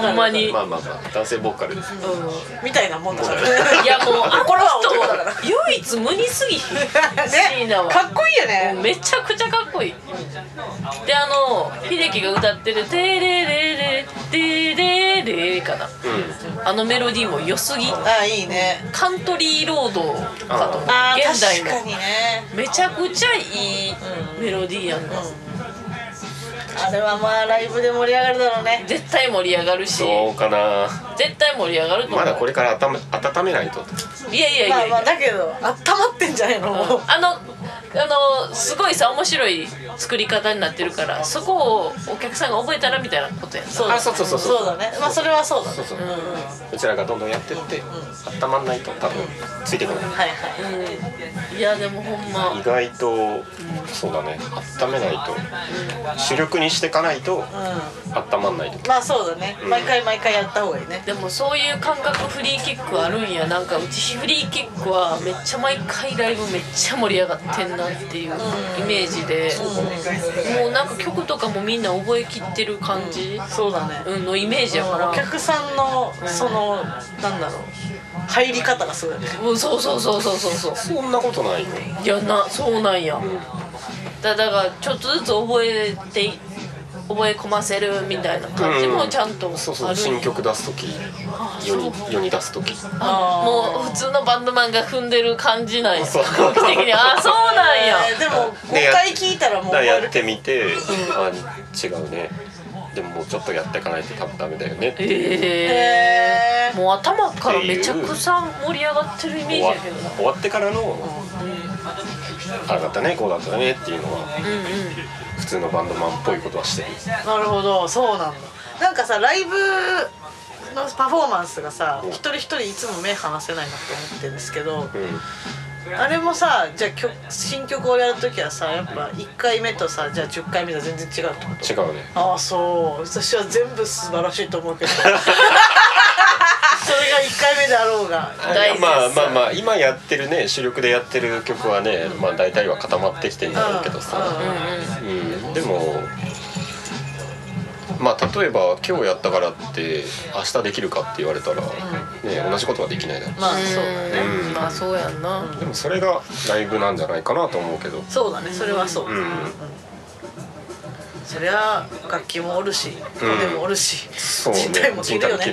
ほんまに。 まあ男性ボーカルです。 みたいなもんだから。 いやもうあのこれは男だから。 唯一無二すぎひん。 ね、かっこいいよね。 めちゃくちゃかっこいい。で秀樹が歌ってる「テレレレテレレ」かな、あのメロディーも良すぎ。 あ、いいね。 カントリーロードかと思う。現代のめちゃくちゃいいメロディーやんか。 あれはまあライブで盛り上がるだろうね。 絶対盛り上がるし。 そうかな。 絶対盛り上がると思う。 まだこれから温めないと。 いやまあだけど温まってんじゃないの。 すごいさ面白い作り方になってるから、そこをお客さんが覚えたらみたいなことやん。 そうだね。まあそれはそうだね。 うちらがどんどんやってって温まんないと多分ついてこない。 はい。 いやでもほんま意外とそうだね、温めないと主力にしていかないと温まんないと。 まあそうだね。毎回やった方がいいね。 でもそういう感覚フリーキックあるんや。なんかうちフリーキックはめっちゃ毎回ライブめっちゃ盛り上がってんなっていうイメージで、もうなんか曲とかもみんな覚えきってる感じ、 そうだね、 のイメージやから、 お客さんのそのなんだろう入り方がすごいね。 そうそんなことないよ。 いやそうなんや。だからちょっとずつ覚え込ませるみたいな感じもちゃんとある。 そう新曲出す時、世に出す時、 もう普通のバンドマンが踏んでる感じなんや。空気的にそうなんや。 でも5回聞いたらもうやってみて、違うね、でももうちょっとやっていかないと多分ダメだよね。 もう頭からめちゃくちゃ盛り上がってるイメージやけどな。 終わってからのああだったねこうだったねっていうのは普通のバンドマンっぽいことはしてる。 なるほど、そうなんだ。なんかさライブのパフォーマンスがさ、一人一人いつも目離せないなって思ってるんですけど、あれもさ、じゃあ新曲をやるときはさ、やっぱ1回目とさ、じゃあ10回目と全然違うってこと？ 違うね。 ああそう、私は全部素晴らしいと思うけどそれが1回目であろうがまあ今やってるね、主力でやってる曲はね、まあ大体は固まってきてんだろうけどさ、でもまあ例えば今日やったからって明日できるかって言われたら、ね、同じことはできないだろうし。 まあそうだね、 まあそうやんな。 でもそれがライブなんじゃないかなと思うけど。 そうだね、それはそう。そりゃ楽器もおるし、骨もおるし、人体も切るよね。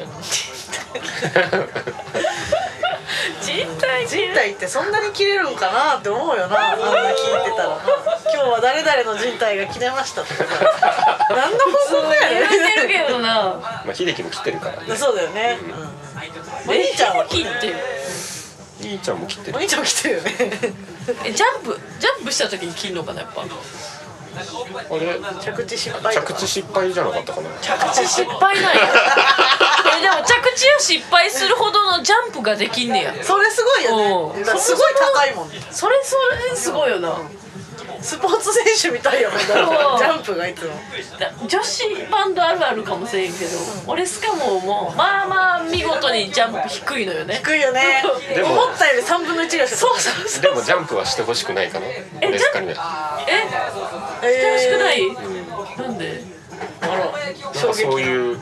人体ってそんなに切れるんかなって思うよな。あんな聞いてたらな。今日は誰々の人体が切れましたとかさ、何の報告やねん。 言ってるけどな。 まあ秀樹も切ってるからね。 そうだよね。お兄ちゃんは切ってる。 お兄ちゃんも切ってる。 お兄ちゃんも切ってるよね。 ジャンプした時に切るのかなやっぱ。 あれ着地失敗。 着地失敗じゃなかったかな。 着地失敗なんや。でも着地を失敗するほどのジャンプができんねや。 それすごいよね。すごい高いもんね。 それすごいよな。 スポーツ選手みたいやもんだ。ジャンプがいつも。 女子バンドあるあるかもしれんけど、俺しかもまあ見事にジャンプ低いのよね。 低いよね。思ったより3分の1ぐらいしか。 そうでもジャンプはしてほしくないかな。俺スカには。 してほしくない？なんで？ そういう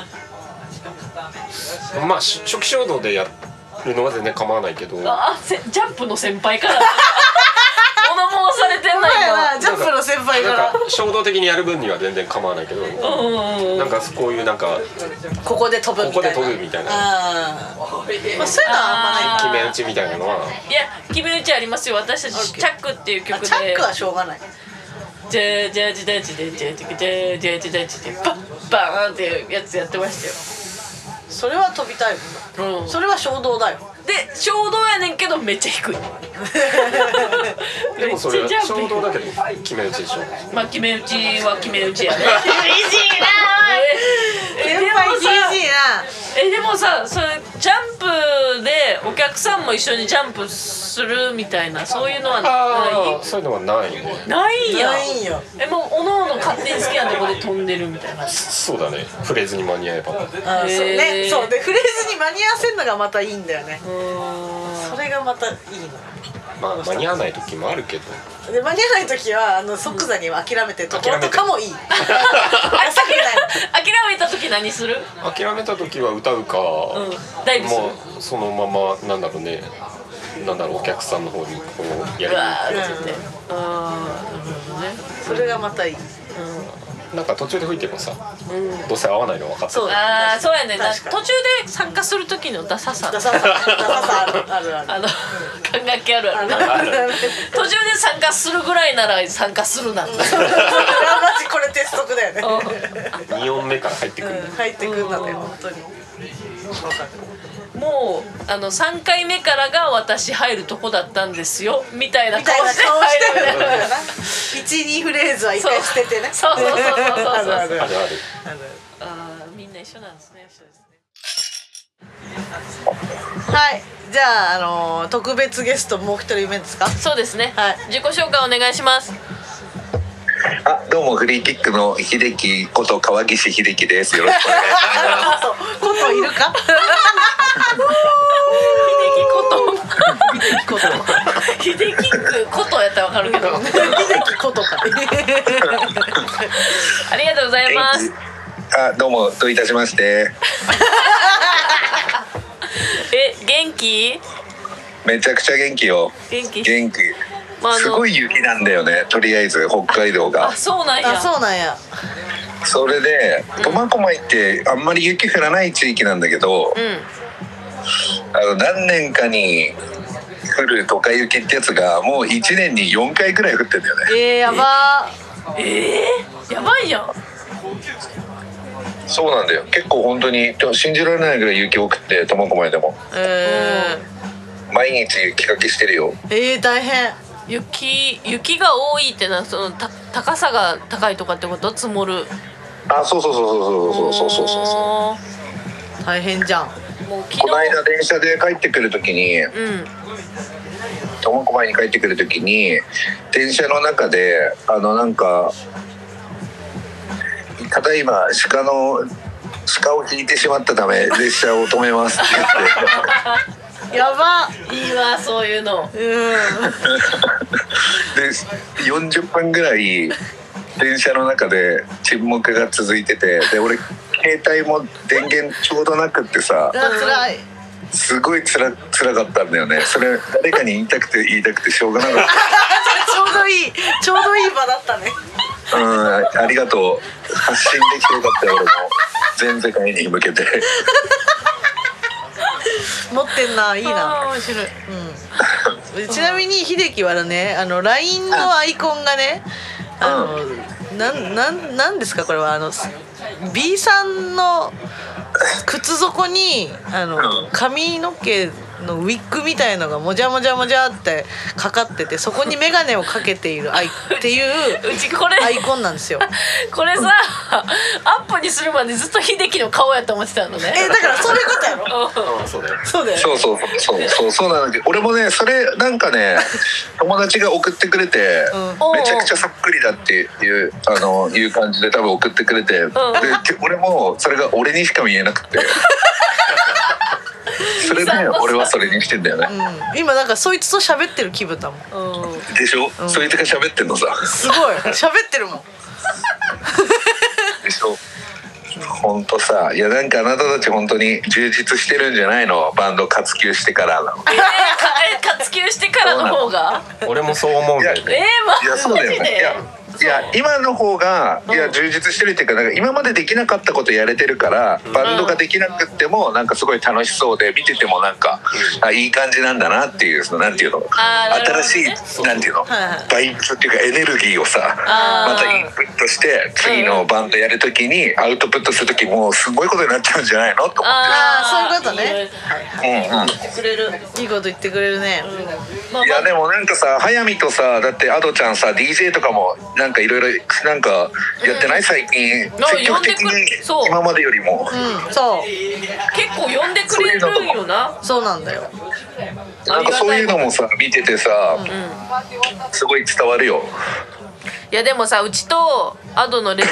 まあ初期衝動でやるのは全然構わないけど。 ジャンプの先輩から物申されてんな今。 ジャンプの先輩から衝動的にやる分には全然構わないけど、なんかこういうなんかここで飛ぶみたいな。 まあそういうのはあんまない。決め打ちみたいなのは。 いや決め打ちありますよ。私たちチャックっていう曲で。 チャックはしょうがない。 ジャージダンチでジャージダンチでバーンっていうやつやってましたよ。 それは飛びたいもん。それは衝動だよ。 で衝動やねんけどめっちゃ低い。 でもそれは衝動だけど決め打ちでしょ。 まあ決め打ちは決め打ちやね。 厳しいな。先輩厳しいな。 でもさ、それジャンプでお客さんも一緒にジャンプするみたいなそういうのはない？ そういうのはないね。 ないんや。 ないんよ。 もうおのおの勝手に好きなとこで飛んでるみたいな。 そうだね。触れずに間に合えば。 そうね。そうで触れずに間に合わせるのがまたいいんだよね。それがまたいいの。 まあ間に合わない時もあるけど。 で間に合わない時は即座には諦めてとことかもいい。諦めた時何する？ 諦めた時は歌うか、 ダイブする。 もうそのままなんだろうね、なんだろう、お客さんの方にこうやる。 それがまたいい。 なんか途中で吹いてもさ、どうせ合わないの分かってる。 そうやね。途中で参加する時のダサさ。 ある。 管楽器あるある。途中で参加するぐらいなら参加するな。マジこれ鉄則だよね。 2音目から入ってくる。 入ってくるんだね、本当に。 もう3回目からが私入るとこだったったんですよみたいな顔して入るみたいな。 1、2フレーズは一回捨ててね。 そう。 ある。 みんな一緒なんですね。 はい、じゃあ特別ゲストもう一人目ですか？ そうですね。 はい、 自己紹介お願いします。 どうもフリーキックの秀樹こと川岸秀樹です。よろしくお願いします。 こといるか？ 秀樹ことやったらわかるけど。 秀樹ことか。 ありがとうございます。 どうもどういたしまして。 元気？ めちゃくちゃ元気よ。元気。すごい雪なんだよね。とりあえず北海道が。 そうなんや。 それで苫小牧ってあんまり雪降らない地域なんだけど、何年かに降るドカ雪ってやつがもう1年に4回ぐらい降ってんだよね。 やばやばいやん。 そうなんだよ。結構本当に信じられないぐらい雪多くて、苫小牧でも。毎日雪かきしてるよ。 大変。 雪が多いってのはその高さが高いとかってこと？積もる。 そう。 大変じゃん。 もうこの間電車で帰ってくるときに、苫小牧に帰ってくるときに電車の中でなんかただいま鹿を引いてしまったため列車を止めますって言ってやば。 いいわそういうの。 で40分ぐらい電車の中で沈黙が続いてて、で俺携帯も電源ちょうどなくってさ、 辛い。 すごい辛かったんだよね。それ誰かに言いたくてしょうがなかった。 ちょうどいい場だったね。 ありがとう。発信できてよかったよ。俺も全世界に向けて持ってんな。いいな。 面白い。 ちなみに秀樹はね、LINE のアイコンがね、なんですかこれはB さんの靴底に髪の毛のウィッグみたいのがもじゃもじゃってかかってて、そこに眼鏡をかけているっていううちこれアイコンなんですよ。 これさアップにするまでずっと秀樹の顔やと思ってたのね。 だからそういうことやろ。 そうだよ。 そうなんだけど、俺もねそれなんかね友達が送ってくれて、めちゃくちゃそっくりだっていういう感じで多分送ってくれて、で俺もそれが俺にしか見えなくてそれで俺はそれにしてんだよね。 今なんかそいつと喋ってる気分だもん。 でしょ、そいつが喋ってんのさ。 すごい喋ってるもん。 でしょ。本当さ、いやなんかあなたたち本当に充実してるんじゃないの？バンド活休してからの。 活休してからの方が？ 俺もそう思うんだよね。 いやそうだよね。いや今の方が充実してるっていうか、なんか今までできなかったことやれてるから、バンドができなくってもなんかすごい楽しそうで見ててもなんかいい感じなんだなっていう、そのなんていうの、新しいなんていうのバイブスっていうかエネルギーをさまたインプットして次のバンドやるときにアウトプットするときもすごいことになっちゃうんじゃないのと思って。 そういうことね。いいこと言ってくれるね。 いやでもなんかさ、早見とさ、だってアドちゃんさ DJ とかもなんかいろいろなんかやってない？最近積極的に今までよりも。 そう結構呼んでくれるよな。 そうなんだよ。 なんかそういうのもさ見ててさ、すごい伝わるよ。 いやでもさ、うちとアドの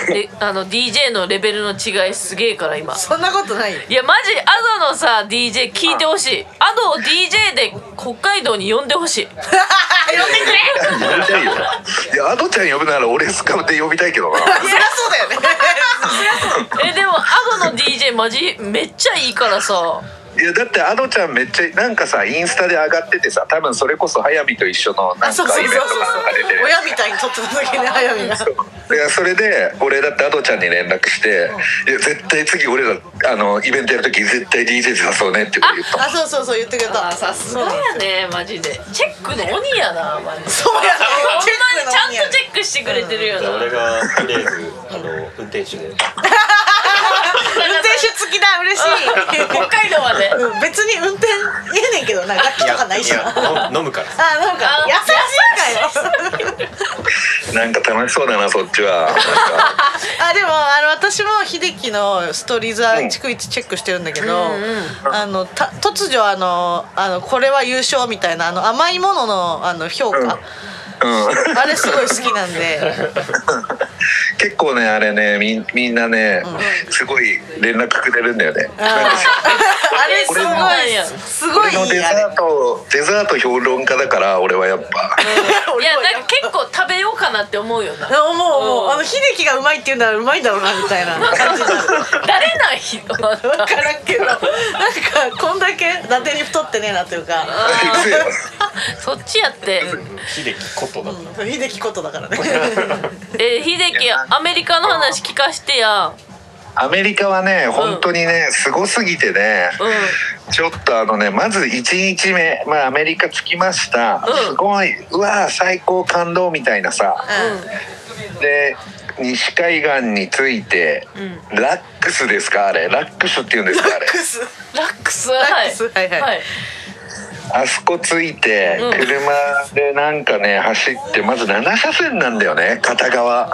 DJ のレベルの違いすげえから今。 そんなことないよ。 いやマジアドのさ DJ 聞いてほしい。アドを DJ で北海道に呼んでほしい。 呼んでくれ。 呼びたいよ。いやアドちゃん呼ぶなら俺スカウトで呼びたいけどな。 そりゃそうだよね。 でもアドの DJ マジめっちゃいいからさ。 いやだってアドちゃんめっちゃなんかさインスタで上がっててさ、多分それこそ早見と一緒のなんかイベントかなんか出てる。 親みたいに撮ってた時ね、早見が。 いやそれで俺だってアドちゃんに連絡して、いや絶対次俺らイベントやる時絶対 DJ で誘うねって言った。 あ、そう言ってくれた。 さすがやねマジで。チェックの鬼やなマジで。 そうやね。 ほんまにちゃんとチェックしてくれてるよな。 俺がとりあえず運転手で。 運転手付きだ、嬉しい。 北海道まで。 別に運転ええねんけどな、楽器とかないしな。 飲むから。 あ、なんか優しいかよ。 なんか楽しそうだなそっちは。 あ、でも私も秀樹のストーリーズは逐一チェックしてるんだけど、突如これは優勝みたいな甘いものの評価、あれすごい好きなんで。 結構ねあれねみんなね、すごい連絡くれるんだよね。 あれすごいいい。 俺のデザート評論家だから俺はやっぱ。 いやなんか結構食べようかなって思うよな。 思う。秀樹がうまいって言うならうまいんだろうなみたいな感じになる。 誰なん人分からんけど、なんかこんだけ伊達に太ってねえなというか。 そっちやって。 秀樹ことだ。 秀樹ことだからね。 秀樹アメリカの話聞かしてや。 アメリカはね本当にねすごすぎてね、ちょっとまず1日目、アメリカ着きました、すごいうわー最高感動みたいなさ、で西海岸に着いて、ラックスですか、あれラックスって言うんですか、あれラックスはいあそこ着いて、車でなんかね走ってまず7車線なんだよね、片側。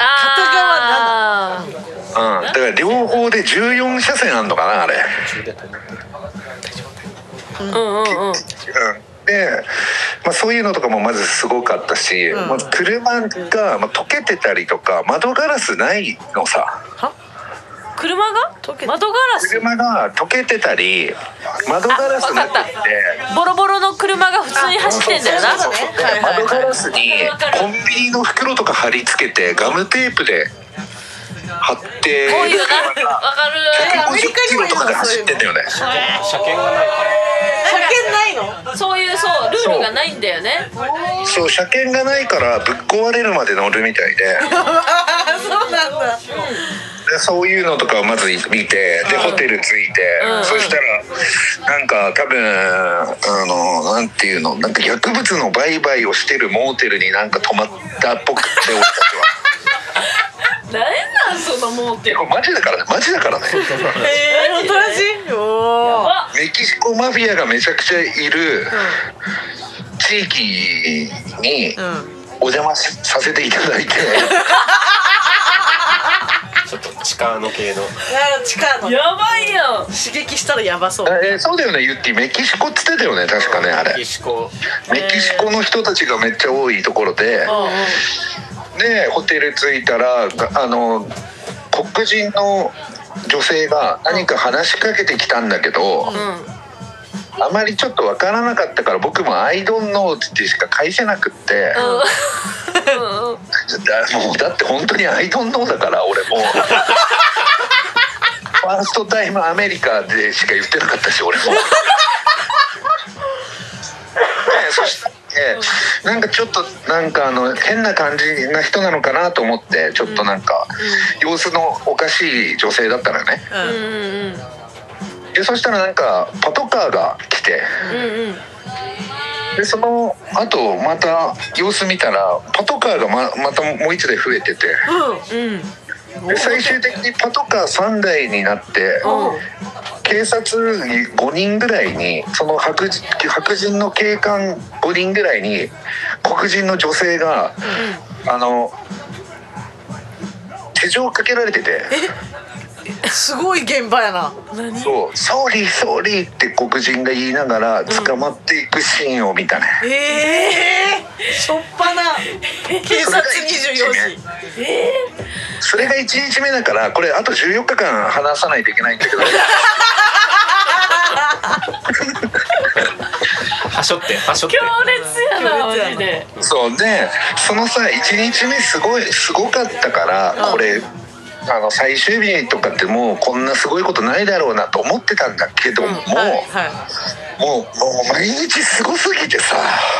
だから両方で14車線あんのかなあれ。で、そういうのとかもまずすごかったし、まず車が、溶けてたりとか窓ガラスないのさ。 車が窓ガラス、 車が溶けてたり窓ガラスなくてボロボロの車が普通に走ってんだよな。 窓ガラスにコンビニの袋とか貼り付けてガムテープで貼ってこういうな、わかる。 150キロとかで走ってんだよね。 車検がないから。 車検ないの？ そういうルールがないんだよね。 そう車検がないからぶっ壊れるまで乗るみたいで。 そうなんだ。 でそういうのとかをまず見て、でホテル着いて、そしたらなんか多分なんていうの、なんか薬物の売買をしてるモーテルになんか泊まったっぽくて、俺たちは。 何なんそのモーテル。 マジだからね。 本当らしい。おー。 メキシコマフィアがめちゃくちゃいる地域にお邪魔させていただいて。 ちょっと地下の系の。 地下の。 やばいやん。 刺激したらやばそう。 そうだよね、ユッティ。メキシコっつってたよね、確かね、あれ。メキシコの人たちがめっちゃ多いところで。でホテル着いたら黒人の女性が何か話しかけてきたんだけど、あまりちょっと分からなかったから僕も「I don't know」ってしか返せなくって、もうだって本当に「I don't know」だから俺もファーストタイムアメリカでしか言ってなかったし俺も。そしてなんかちょっとなんか変な感じな人なのかなと思って、ちょっとなんか様子のおかしい女性だったのよね。でそしたらなんかパトカーが来て、でその後また様子見たらパトカーがまたもう一台増えてて、で最終的にパトカー3台になって、警察5人ぐらいに、その白人の警官5人ぐらいに黒人の女性が、手錠をかけられてて。 すごい現場やな。 そう「ソーリーソーリー」って黒人が言いながら捕まっていくシーンを見たね。 しょっぱな警察24時。 それが1日目だから、これあと14日間話さないといけないんだけどはしょってはしょって強烈やなマジで。 そうで、そのさ1日目すごかったから、これ最終日とかってもうこんなすごいことないだろうなと思ってたんだけども、もう毎日すごすぎてさ、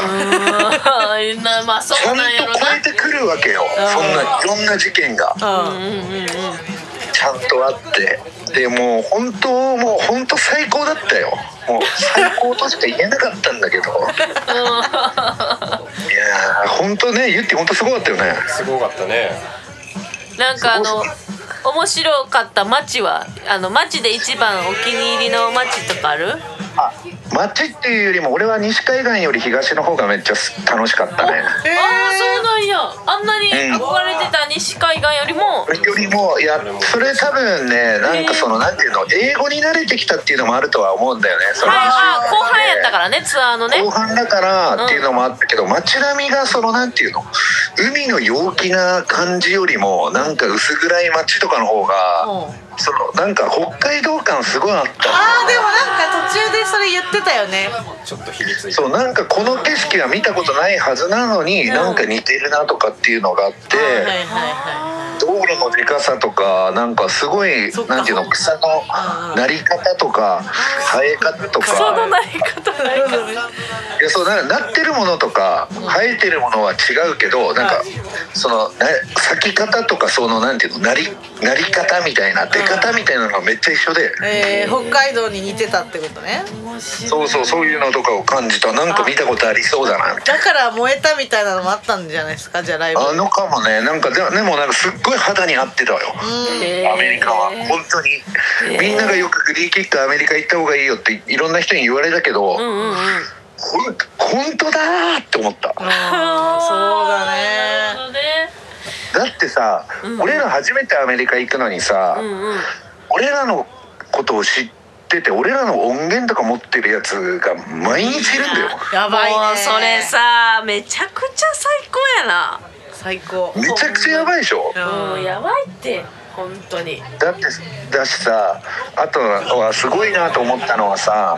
まあそうなんやろな。 ちゃんと超えてくるわけよ、そんないろんな事件がちゃんとあって。でもう本当最高だったよ。もう最高としか言えなかったんだけどいや本当ね、ゆって本当すごかったよね。 すごかったね。 なんか面白かった街は街で一番お気に入りの街とかある？ 街っていうよりも俺は西海岸より東の方がめっちゃ楽しかったね。 そうなんや。あんなに憧れてた西海岸よりも、 いやそれ多分ね、なんかなんていうの、英語に慣れてきたっていうのもあるとは思うんだよね。それ後半やったからね、ツアーのね。 後半だからっていうのもあったけど、街並みがなんていうの、海の陽気な感じよりもなんか薄暗い街とかの方がなんか北海道感すごいあった。 でもなんか途中でそれ言ってたよね。 ちょっとひりついて。 そう、なんかこの景色は見たことないはずなのに、なんか似てるなとかっていうのがあって、道路のでかさとか、なんかすごいなんていうの、草のなり方とか生え方とか、 草のなり方ないか。 いやなってるものとか生えてるものは違うけど、なんか咲き方とかなんていうの、なり方みたいな出方みたいなのがめっちゃ一緒で、 北海道に似てたってことね。 そういうのとかを感じた。なんか見たことありそうだなみたいな。 だから燃えたみたいなのもあったんじゃないですか、じゃあライブ。 かもね。なんかでもなんかすっごい肌に合ってたよ、アメリカは。本当にみんながよくフリーキックアメリカ行った方がいいよっていろんな人に言われたけど、本当だーって思った。 そうだね。 だってさ、俺ら初めてアメリカ行くのにさ、俺らのことを知ってて、俺らの音源とか持ってるやつが毎日いるんだよ。 やばいね。 もうそれさ、めちゃくちゃ最高やな。 最高。 めちゃくちゃやばいでしょ。 やばいって本当に。 だしさ、あとはすごいなと思ったのはさ、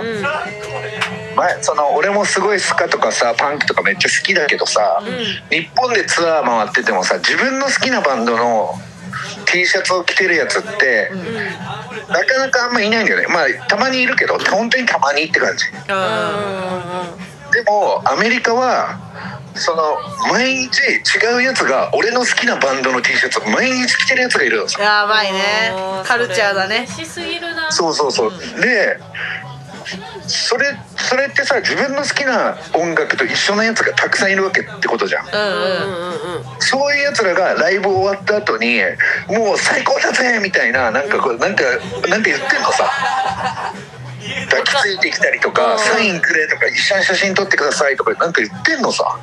俺もすごいスカとかさパンクとかめっちゃ好きだけどさ、日本でツアー回っててもさ、自分の好きなバンドの T シャツを着てるやつって、なかなかあんまいないんだよね。まあたまにいるけど、本当にたまにって感じ。でもアメリカは毎日違うやつが俺の好きなバンドの T シャツ毎日着てるやつがいるんですよ。 やばいね。カルチャーだね。 しすぎるな。 そうで、それってさ、自分の好きな音楽と一緒のやつがたくさんいるわけってことじゃん。そういうやつらがライブ終わった後にもう最高だぜみたいな、なんか言ってんのさ。抱きついてきたりとか、サインくれとか、一緒に写真撮ってくださいとかなんか言ってんのさ。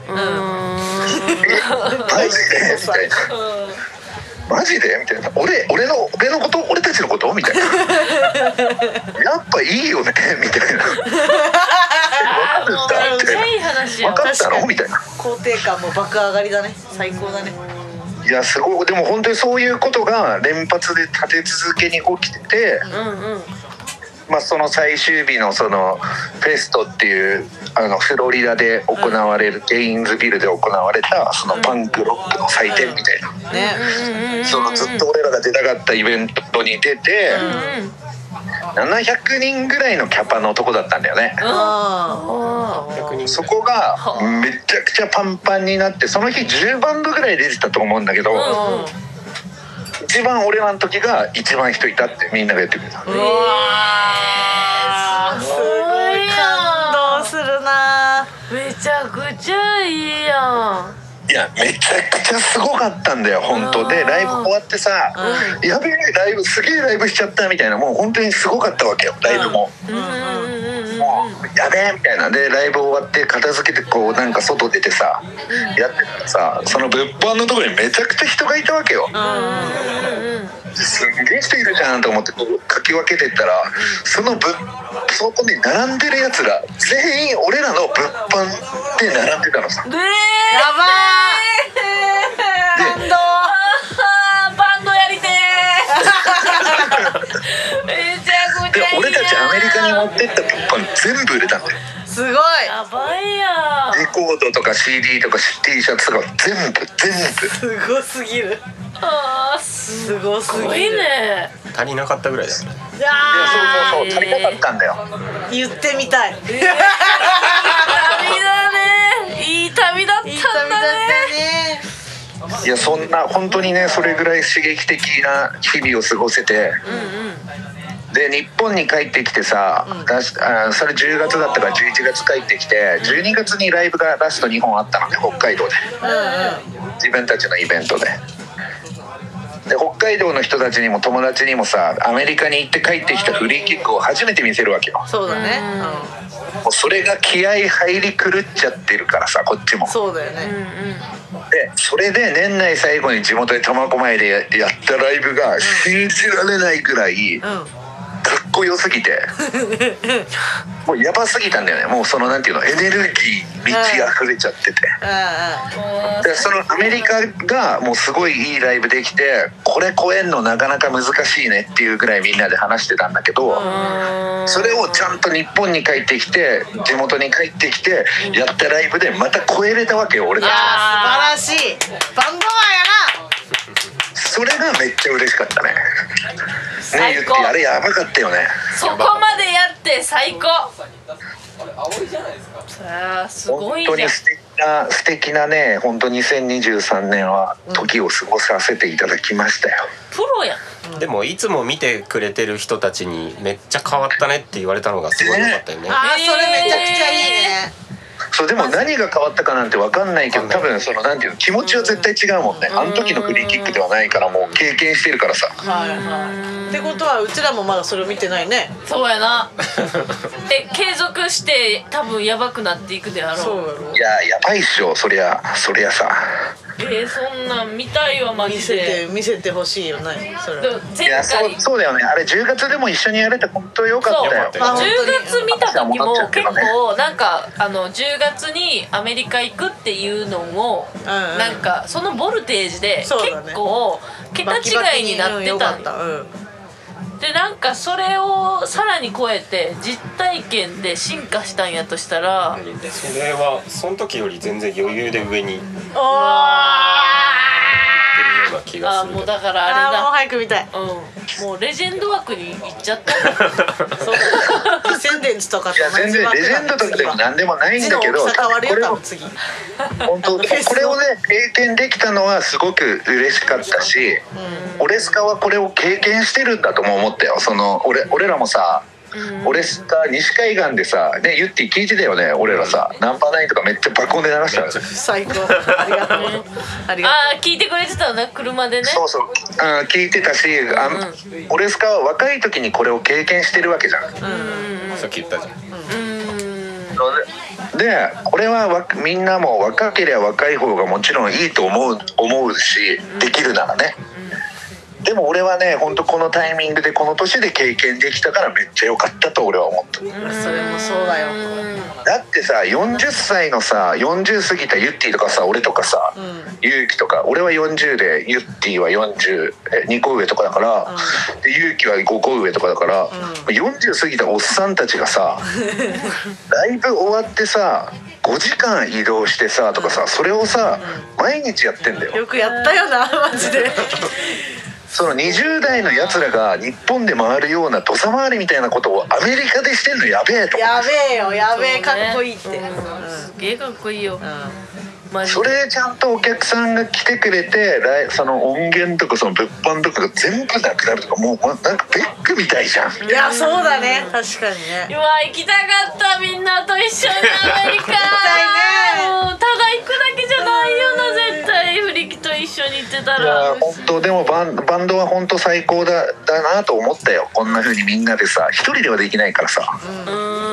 マジでみたいな。マジでみたいな。俺のこと、俺たちのことみたいな。やっぱいいよねみたいな。分かるんだみたいな。分かったのみたいな。 肯定感も爆上がりだね。最高だね。 いやすごい。でも本当にそういうことが連発で立て続けに起きてて、その最終日のフェストっていうフロリダで行われる、ゲインズビルで行われたパンクロックの祭典みたいな、ずっと俺らが出たかったイベントに出て、700人ぐらいのキャパのとこだったんだよね。そこがめちゃくちゃパンパンになって、その日10バンドぐらい出てたと思うんだけど、一番俺らの時が一番人いたってみんなが言ってくれた。 すごい感動するな。 めちゃくちゃいいやん。 いやめちゃくちゃすごかったんだよ本当で。ライブ終わってさ、やべえライブすげえライブしちゃったみたいな、もう本当にすごかったわけよライブも。もうやべえみたいなで、ライブ終わって片付けてなんか外出てさ、やってたらさ、その物販のところにめちゃくちゃ人がいたわけよ。 すんげえ人いるじゃんと思ってかき分けてったら、そこに並んでるやつら全員俺らの物販で並んでたのさ。 やばーバンドバンドやりてーめちゃくちゃいいやで俺たちアメリカに持ってった物販全部売れたんだよ。 すごい。 やばいやレコードとか CD とか T シャツとか全部すごすぎる。すごすぎる。 すごいね。 足りなかったぐらいだよね。 いやいやそう足りなかったんだよ。 言ってみたい。 旅だね。いい旅だったんだね。 いい旅だったね。 いやそんな本当にねそれぐらい刺激的な日々を過ごせて、で日本に帰ってきてさ、それ10月だったから11月帰ってきて12月にライブがラスト2本あったのね北海道で、自分たちのイベントで北海道の人たちにも友達にもさアメリカに行って帰ってきたフリーキックを初めて見せるわけよ。 そうだね。 もうそれが気合入り狂っちゃってるからさこっちも。 そうだよね。 でそれで年内最後に地元で苫小牧でやったライブが信じられないぐらいかっこよすぎてもうやばすぎたんだよね。もうそのなんていうのエネルギー満ち溢れちゃってて、でそのアメリカがもうすごいいいライブできてこれ超えんのなかなか難しいねっていうぐらいみんなで話してたんだけど、それをちゃんと日本に帰ってきて地元に帰ってきてやったライブでまた超えれたわけよ俺たち。 素晴らしい。バンドマンやな。 それがめっちゃ嬉しかったね。 最高。 あれやばかったよね。 そこまでやって最高。さあすごいじゃん。 本当に素敵なね本当2023年は時を過ごさせていただきましたよ。 プロやん。 でもいつも見てくれてる人たちにめっちゃ変わったねって言われたのがすごい良かったよね。 それめちゃくちゃいいね。 そうでも何が変わったかなんて分かんないけど多分そのなんていうの気持ちは絶対違うもんね。あの時のフリーキックではないからもう経験してるからさ。 ってことはうちらもまだそれを見てないね。 そうやな。継続して多分やばくなっていくであろう。 そうやろ。 いやばいっしょそりゃさ。 そんなん見たいわマジで。 見せてほしいよね。それ。 いやそうだよね。あれ10月でも一緒にやれて本当良かったよ。 10月見た時も結構なんか10月にアメリカ行くっていうのをなんかそのボルテージで結構桁違いになってたんだ。でなんかそれをさらに超えて実体験で進化したんやとしたらそれはその時より全然余裕で上にいってるような気がする。 もうだからあれだ。 もう早く見たい。 もうレジェンド枠に行っちゃった。 そうだ。ディセンデンツとかと同じ全然レジェンドとかでも何でもないんだけどこれを次本当これをね経験できたのはすごく嬉しかったし、オレスカはこれを経験してるんだとも思ったよ。その俺らもさオレスカ西海岸でさねユッティ聞いてたよね。俺らさナンバーナインとかめっちゃ爆音で流したの。 最高。ありがとう。 聞いてくれてたね車でね。 そう聞いてたしオレスカは若い時にこれを経験してるわけじゃん。 さっき言ったじゃん。 でこれはみんなも若ければ若い方がもちろんいいと思うしできるならね。でも俺はね本当このタイミングでこの年で経験できたからめっちゃ良かったと俺は思った。 それもそうだよ。 だってさ40歳のさ40過ぎたユッティとかさ俺とかさユウキとか俺は40でユッティは42個上とかだから、でユウキは5個上とかだから、40過ぎたおっさんたちがさライブ終わってさ5時間移動してさとかさそれをさ毎日やってんだよ。 よくやったよなマジで。 その20代のやつらが日本で回るような土佐回りみたいなことをアメリカでしてんのやべえと。 やべえよやべえかっこいいって。 すげえかっこいいよ。 それでちゃんとお客さんが来てくれてその音源とかその物販とかが全部なくなるとかもうなんかベックみたいじゃん。 いやそうだね確かにね。 うわ行きたかったみんなと一緒にアメリカ。 行きたいね。 もうただ行くだけじゃないよな絶対フリキと一緒に行ってたら。 いや本当でもバンドは本当最高だなと思ったよ。こんな風にみんなでさ一人ではできないからさ。 俺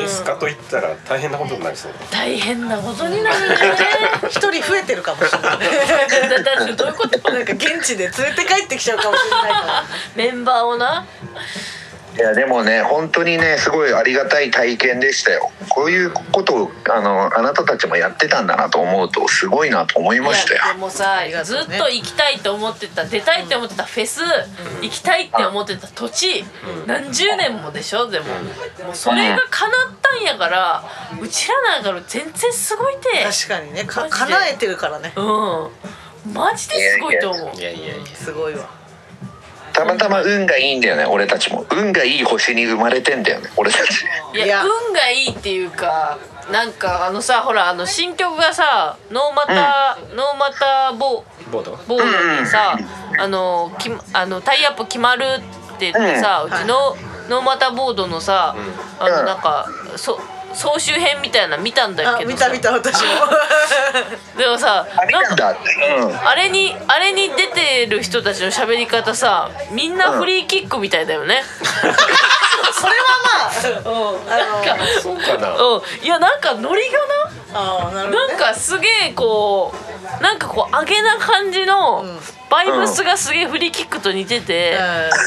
演出家といったら大変なことになりそう。 大変なことになるね。 一人増えてるかもしれないだってどういうこと？ なんか現地で連れて帰ってきちゃうかもしれないからメンバーをな。 いやでもね本当にねすごいありがたい体験でしたよ。こういうことをあなたたちもやってたんだなと思うとすごいなと思いましたよ。 いやでもさ、ずっと行きたいと思ってた、出たいって思ってたフェス、行きたいって思ってた土地、何十年もでしょ。でも、もうそれが叶ったんやから、うちらなんか全然すごいて。 確かにね、叶えてるからね。 マジですごいと思う。 いやいやいや、 すごいわ。 たまたま運がいいんだよね。俺たちも運がいい星に生まれてんだよね俺たち。 いや運がいいっていうか、なんかさ、ほら新曲がさノーマタボードにさ、タイアップ決まるって言ってさ、うちのノーマタボードのさ、なんか総集編みたいな見たんだけどさ、 見た私もでもさ、なんかあれに出てる人たちの喋り方さ、みんなフリーキックみたいだよね。 それはまあ、 そうかな。 いやなんかノリがななんかすげえこうなんかこう上げな感じのバイブスがすげえフリーキックと似てて、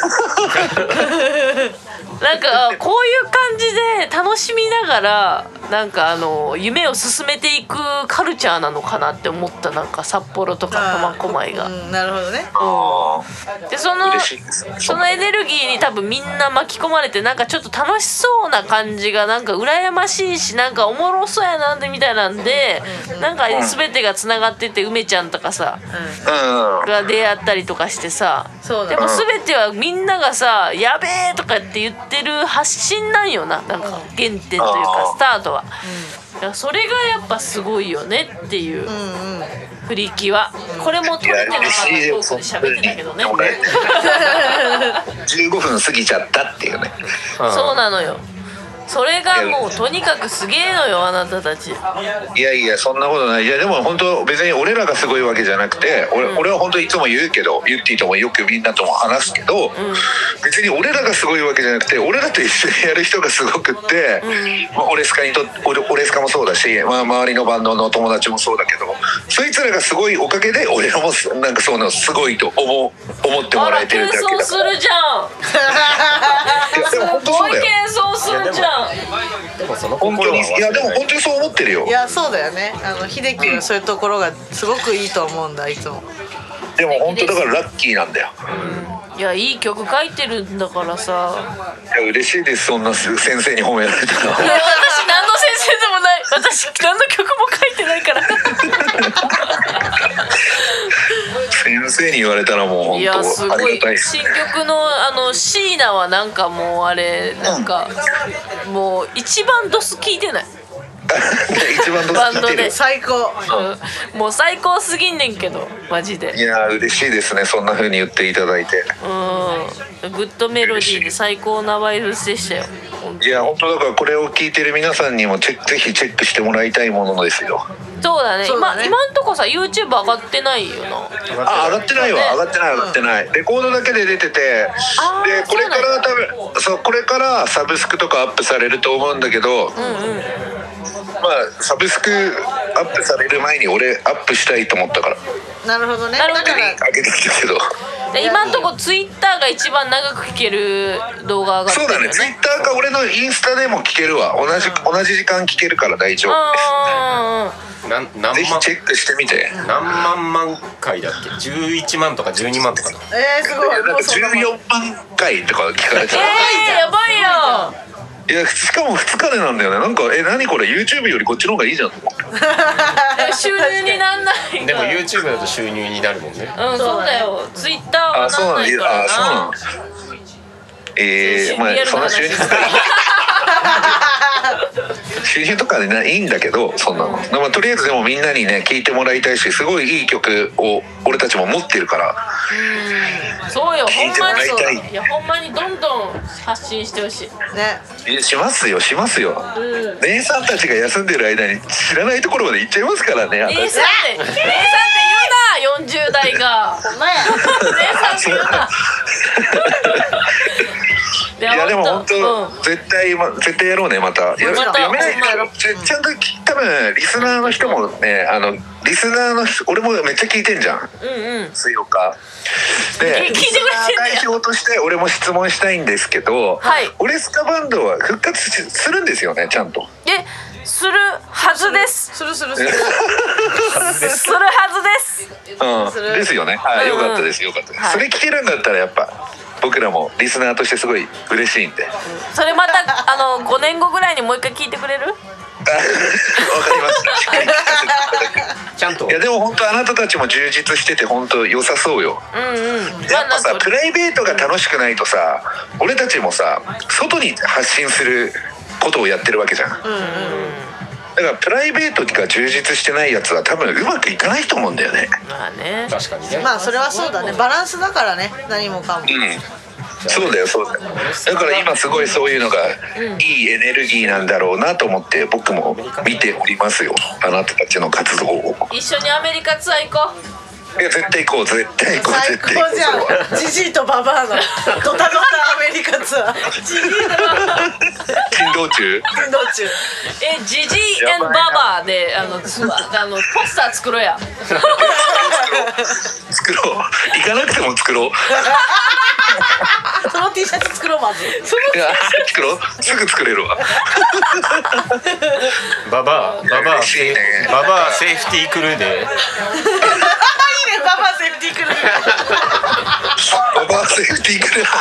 なんかこういう感じで楽しみながらなんか夢を進めていくカルチャーなのかなって思った。なんか札幌とか苫小牧が、 なるほどね。 でそのエネルギーに多分みんな巻き込まれて、なんかちょっと楽しそうな感じがなんか羨ましいし、なんかおもろそうやなんでみたいなんで、なんか全てがつながってて、梅ちゃんとかさ、が出会ったりとかしてさ、でも全てはみんながさやべえとかって言ってる発信なんよな。なんか原点というかスタートは、だからそれがやっぱすごいよねっていう、プリキュア、これも撮れてなかったトークで喋ってたけどね。 15分過ぎちゃったっていうね。 そうなのよ。それがもうとにかくすげえのよ、あなたたち。 いやいやそんなことない。いやでも本当別に俺らがすごいわけじゃなくて、俺は本当いつも言うけど、言っていてもよくみんなとも話すけど、別に俺らがすごいわけじゃなくて、俺らと一緒にやる人がすごくって、オレスカもそうだし、周りのバンドの友達もそうだけど、そいつらがすごいおかげで俺らもなんかそういうのすごいと思ってもらえてるだけだから。 謙遜するじゃん。 でも本当そうだよ。 謙遜するじゃん。 でもその本当に、いやでも本当にそう思ってるよ。 いやそうだよね。秀樹のそういうところがすごくいいと思うんだ、いつも。 でも本当だからラッキーなんだよ。 いやいい曲書いてるんだからさ。 いや嬉しいです、そんな先生に褒められたら。 いや私何の先生でもない。私何の曲も書いてないから。 先生に言われたらもう本当ありがたいです。 新曲の椎名はなんかもうあれなんかもう一番ドス聞いてない。 一番バンドで最高、 もう最高すぎんねんけどマジで。 いや嬉しいですね、そんな風に言っていただいて。 グッドメロディーで最高なバイブスでしたよ。 いや本当だからこれを聞いてる皆さんにもぜひチェックしてもらいたいものですよ。 そうだね。今んとこさ YouTube 上がってないよな。 上がってないわ、上がってない。レコードだけで出てて、でこれから多分これからサブスクとかアップされると思うんだけど、まあサブスクアップされる前に俺アップしたいと思ったから。 なるほどね。 なるほど。 だから上げてきたけど。 で今んとこ Twitter が一番長く聴ける動画上がってるよね。 そうだね。Twitter か俺のインスタでも聞けるわ。同じ時間聞けるから大丈夫です。ぜひチェックしてみて。 何万回だっけ？11万とか12万とかだ。 すごい。 なんか14万回とか聞かれてた。 やばいよ。 いやしかも2日でなんだよね。なんか何これ YouTube よりこっちの方がいいじゃん。 収入になんない。 でも YouTube だと収入になるもんね。 そうだよ。Twitter はなんないからな。 そうなの。まあそんな収入とか収入とかでいいんだけど、そんなの。まあとりあえずでもみんなにね聞いてもらいたいし、すごいいい曲を俺たちも持ってるから。 そうよ、ほんまにそうだ。 いやほんまにどんどん発信してほしいね。 しますよ。姉さんたちが休んでる間に知らないところまで行っちゃいますからね。 姉さんって言うな、40代が。ほんまや。姉さんって言うな。 いやでも本当、 うん絶対やろうねまた。やまためないちゃんと多分リスナーの人もねリスナーの人俺もめっちゃ聞いてんじゃん。水岡で聞いてくれてんねやリスナー代表として俺も質問したいんですけど、 はい、 オレスカバンドは復活するんですよねちゃんと。 するはずです。 するするはずです。 ですよね。はい、よかったですよかったです。それ聞けるんだったらやっぱ僕らもリスナーとしてすごい嬉しいんで。 それまた5年後ぐらいにもう一回聞いてくれる？ わかりました。しっかり聞かせていただく。 ちゃんと。 いやでも本当あなたたちも充実してて本当良さそうよ。やっぱさプライベートが楽しくないとさ、俺たちもさ外に発信することをやってるわけじゃん。だからプライベートが充実してないやつは多分うまくいかないと思うんだよね。 まあね。 確かにね。 まあそれはそうだね。バランスだからね、何もかも。 そうだよそうだよ。だから今すごいそういうのがいいエネルギーなんだろうなと思って僕も見ておりますよ、あなたたちの活動を。 一緒にアメリカツアー行こう。 いや絶対行こう絶対行こう最絶対行こう。 高じゃん。ジジイとババアのドタドタアメリカツアー。 ジジイだろ。 珍道中。 珍道中。 ジジイ&ババアでポスター作ろうや。 作ろう。行かなくても作ろう。 その T シャツ作ろうまず。 いや作ろう。すぐ作れるわ。 ババアセーフティークルーで。 いいね、ババアセーフティークルー。 ババアセーフティークルー。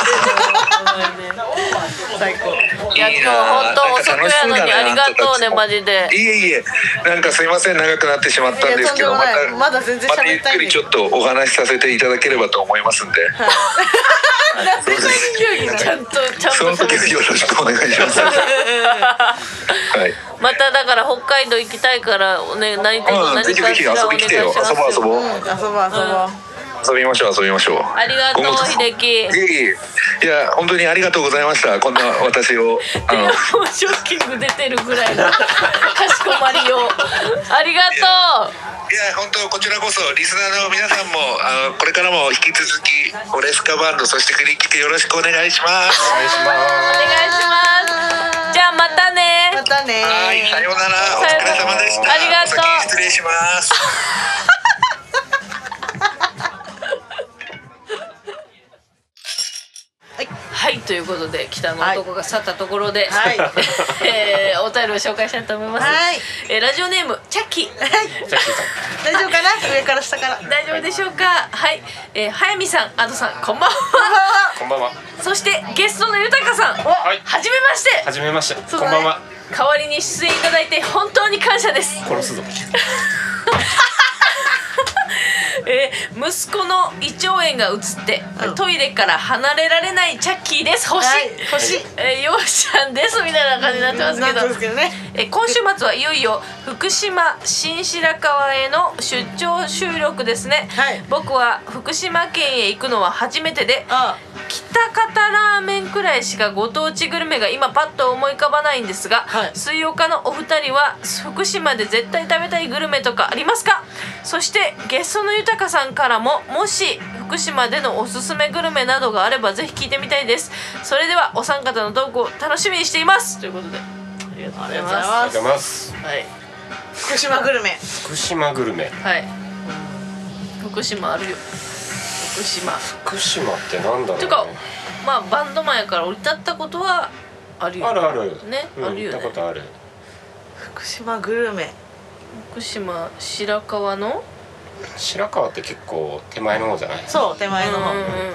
最高。 いや今日本当遅くやのにありがとうねマジで。 いえなんかすいません長くなってしまったんですけどまだ全然喋ゆっりたいんで。 くりちょっとお話しさせていただければと思いますんで。 なんで最近球技ちゃんとその時はよろしくお願いします。はい。 まただから北海道行きたいからね何かぜひぜひ遊びに来てよ。遊ぼう。遊びましょう。 ありがとう秀樹。 いや本当にありがとうございました。こんな私をショッキング出てるぐらいのかしこまりよう。ありがとう。 いや本当こちらこそリスナーの皆さんもこれからも引き続きオレスカバンドそしてクリッキーよろしくお願いします。 お願いします。じゃあまたね。 またね。 はい、さようなら。お疲れ様でした。 ありがとう。 お先失礼します。 はいということで北の男が去ったところで、 はいお便りを紹介したいと思います。 はいラジオネームチャッキー。 ジャッキーさん。 大丈夫かな、上から下から大丈夫でしょうか。はい、早見さん、アドさん、こんばんは。 こんばんは。 そしてゲストの豊さん、 はいはじめまして。 はじめまして。 そうだねこんばんは。 代わりに出演いただいて本当に感謝です。 殺すぞ。 息子の胃腸炎が移って、トイレから離れられないチャッキーです。星、 星、 ようちゃんですみたいな感じになってますけど、今週末はいよいよ福島新白河への出張収録ですね。僕は福島県へ行くのは初めてで、北方ラーメンくらいしかご当地グルメが今パッと思い浮かばないんですが、水岡のお二人は福島で絶対食べたいグルメとかありますか？そしてゲストの豊さんからももし福島でのおすすめグルメなどがあればぜひ聞いてみたいです。それではお三方のトークを楽しみにしていますということで、ありがとうございます。 ありがとうございます。 はい、 福島グルメ。 福島グルメ。 はい、福島あるよ。福島ってなんだろうね。 てかまあバンドマンやから降り立ったことはあるよ。 あるね、あるよね。 行ったことある。 福島グルメ。 福島白河の白河って結構手前の方じゃない？ そう手前の方。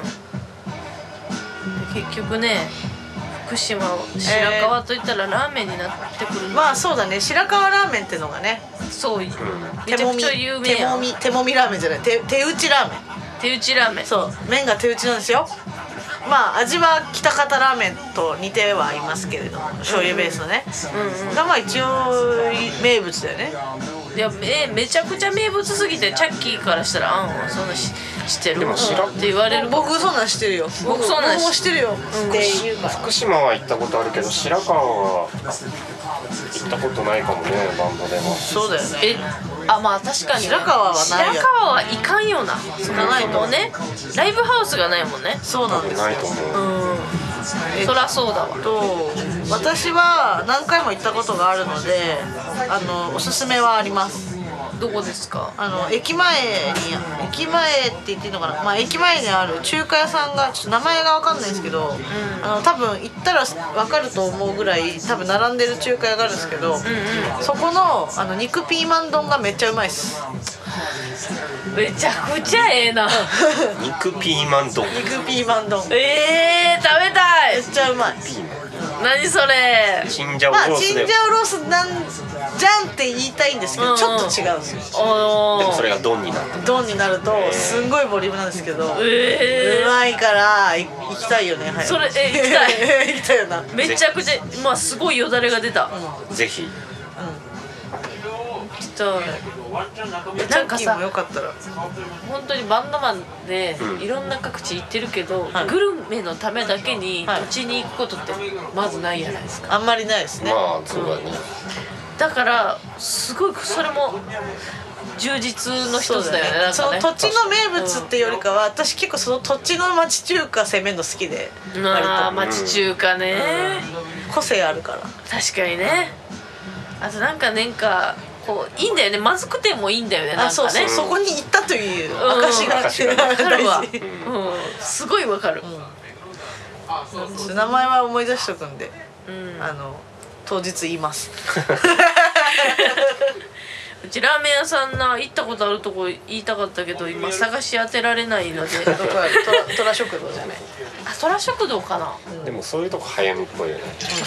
で結局ね福島白河といったらラーメンになってくる。 まあそうだね、白河ラーメンってのがね、 そう、めちゃくちゃ有名やん。 手もみラーメンじゃない、手打ちラーメン。 手打ちラーメン。 そう、麺が手打ちなんですよ。まあ味は北方ラーメンと似てはいますけれども、醤油ベースのね、がまあ一応名物だよね。 いやめちゃくちゃ名物すぎてチャッキーからしたら「あんはそんな知ってる?」って言われる。 僕そんなん知ってるよ。 僕そんなん知ってるよって言うから。 福島は行ったことあるけど白河は行ったことないかもね、バンドでも。 そうだよね。 まあ確かに、ね、 白河はないよ。 白河はいかんよな。そのねライブハウスがないもんね。 そうなんですよ。 ないと思う。 そりゃそうだわ。 私は何回も行ったことがあるのでおすすめはあります。 どこですか？ 駅前って言っていいのかな、まあ、駅前にある中華屋さんがちょっと名前が分かんないんですけど、多分行ったら分かると思うぐらい多分並んでる中華屋があるんですけど、そこの肉ピーマン丼がめっちゃうまいっす。 めちゃくちゃええな。 肉ピーマン丼。 肉ピーマン丼食べたい。 めっちゃうまい。 何それ。 チンジャオロースで、 まあチンジャオロースなんじゃんって言いたいんですけど、ちょっと違うんですよ。 でもそれが丼になってる。 丼になるとすんごいボリュームなんですけど、うまいから行きたいよね。はい、 それ行きたい。 行きたいよな。 めちゃくちゃまあすごいよだれが出た。 ぜひ。 なんかさ、 よかったら本当にバンドマンでいろんな各地行ってるけど、グルメのためだけに土地に行くことってまずないじゃないですか。 あんまりないですね。 まあそうだね。 だからすごいそれも充実の一つだよね。なんそのかね、 土地の名物っていうよりかは、私結構その土地の町中華攻めるの好きで、 ああ町中華ね、 個性あるから。 確かにね。あとなんかこういいんだよね。まずくてもいいんだよね。なんかね。 そうそう、そこに行ったという証がわかるわ。 大事。 すごいわかる。 名前は思い出しとくんで、当日言います。 うちラーメン屋さん行ったことあるとこ言いたかったけど今探し当てられないので。 どこやる？虎食堂じゃない。 虎食堂かな。 でもそういうとこ早めっぽいよね。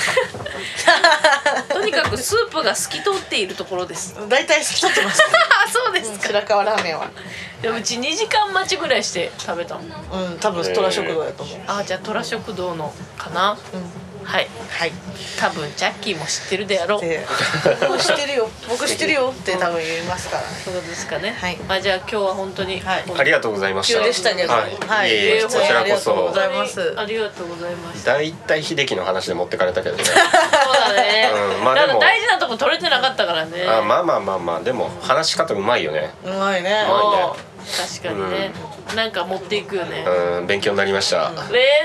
とにかくスープが透き通っているところです。 大体好きとってます。 そうですか。 白河ラーメンは。 でもうち2時間待ちぐらいして食べたもん。 多分虎食堂やと思う。 じゃあ虎食堂のかな。はい多分ジャッキーも知ってるであろう。 僕知ってるよって多分言いますから。 そうですかね。 はい。 じゃあ今日は本当にありがとうございました。 急でしたけど、 はい。こちらこそ。 ありがとうございます。 ありがとうございました。 だいたい秀樹の話で持ってかれたけどね。 そうだね。 まあでも大事なとこ取れてなかったからね。 まあでも話し方うまいよね。 うまいね。 確かにね。なんか持っていくよね。 勉強になりました。 なんか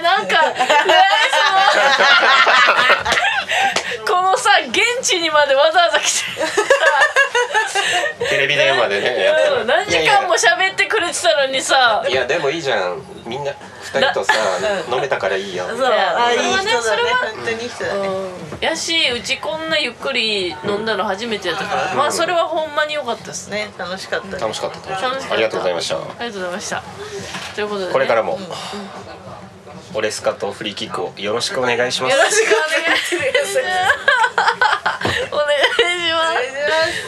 このさ現地にまでわざわざ来てテレビ電話でね。 何時間も喋ってくれてたのにさ。 いやでもいいじゃん。みんな2人とさ飲めたからいいよ。 そう、いい人だね。 本当にいい人だね。 やしうちこんなゆっくり飲んだの初めてやったから、まあそれはほんまに良かったですね。 楽しかった。 楽しかった。ありがとうございました。 ありがとうございました。ということでこれからもオレスカとフリーキックをよろしくお願いします。 よろしくお願いします。お願いします。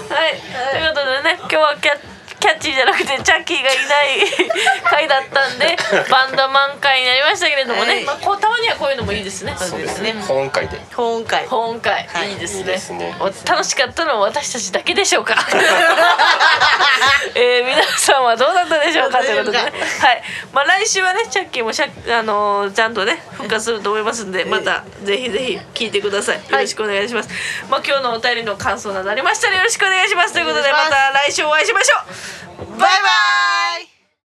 はい。ということでね、今日はキャッチーじゃなくてチャッキーがいない回だったんでバンドマン会になりましたけれどもね、たまにはこういうのもいいですね。 そうですね。保温会で。 保温会いいですね。楽しかったのは私たちだけでしょうか。皆さんはどうだったでしょうかということでね。はい。来週はねチャッキーもちゃんとね復活すると思いますんで、またぜひ聞いてください。よろしくお願いします。今日のお便りの感想などありましたらよろしくお願いしますということで、また来週お会いしましょう。バイバイ。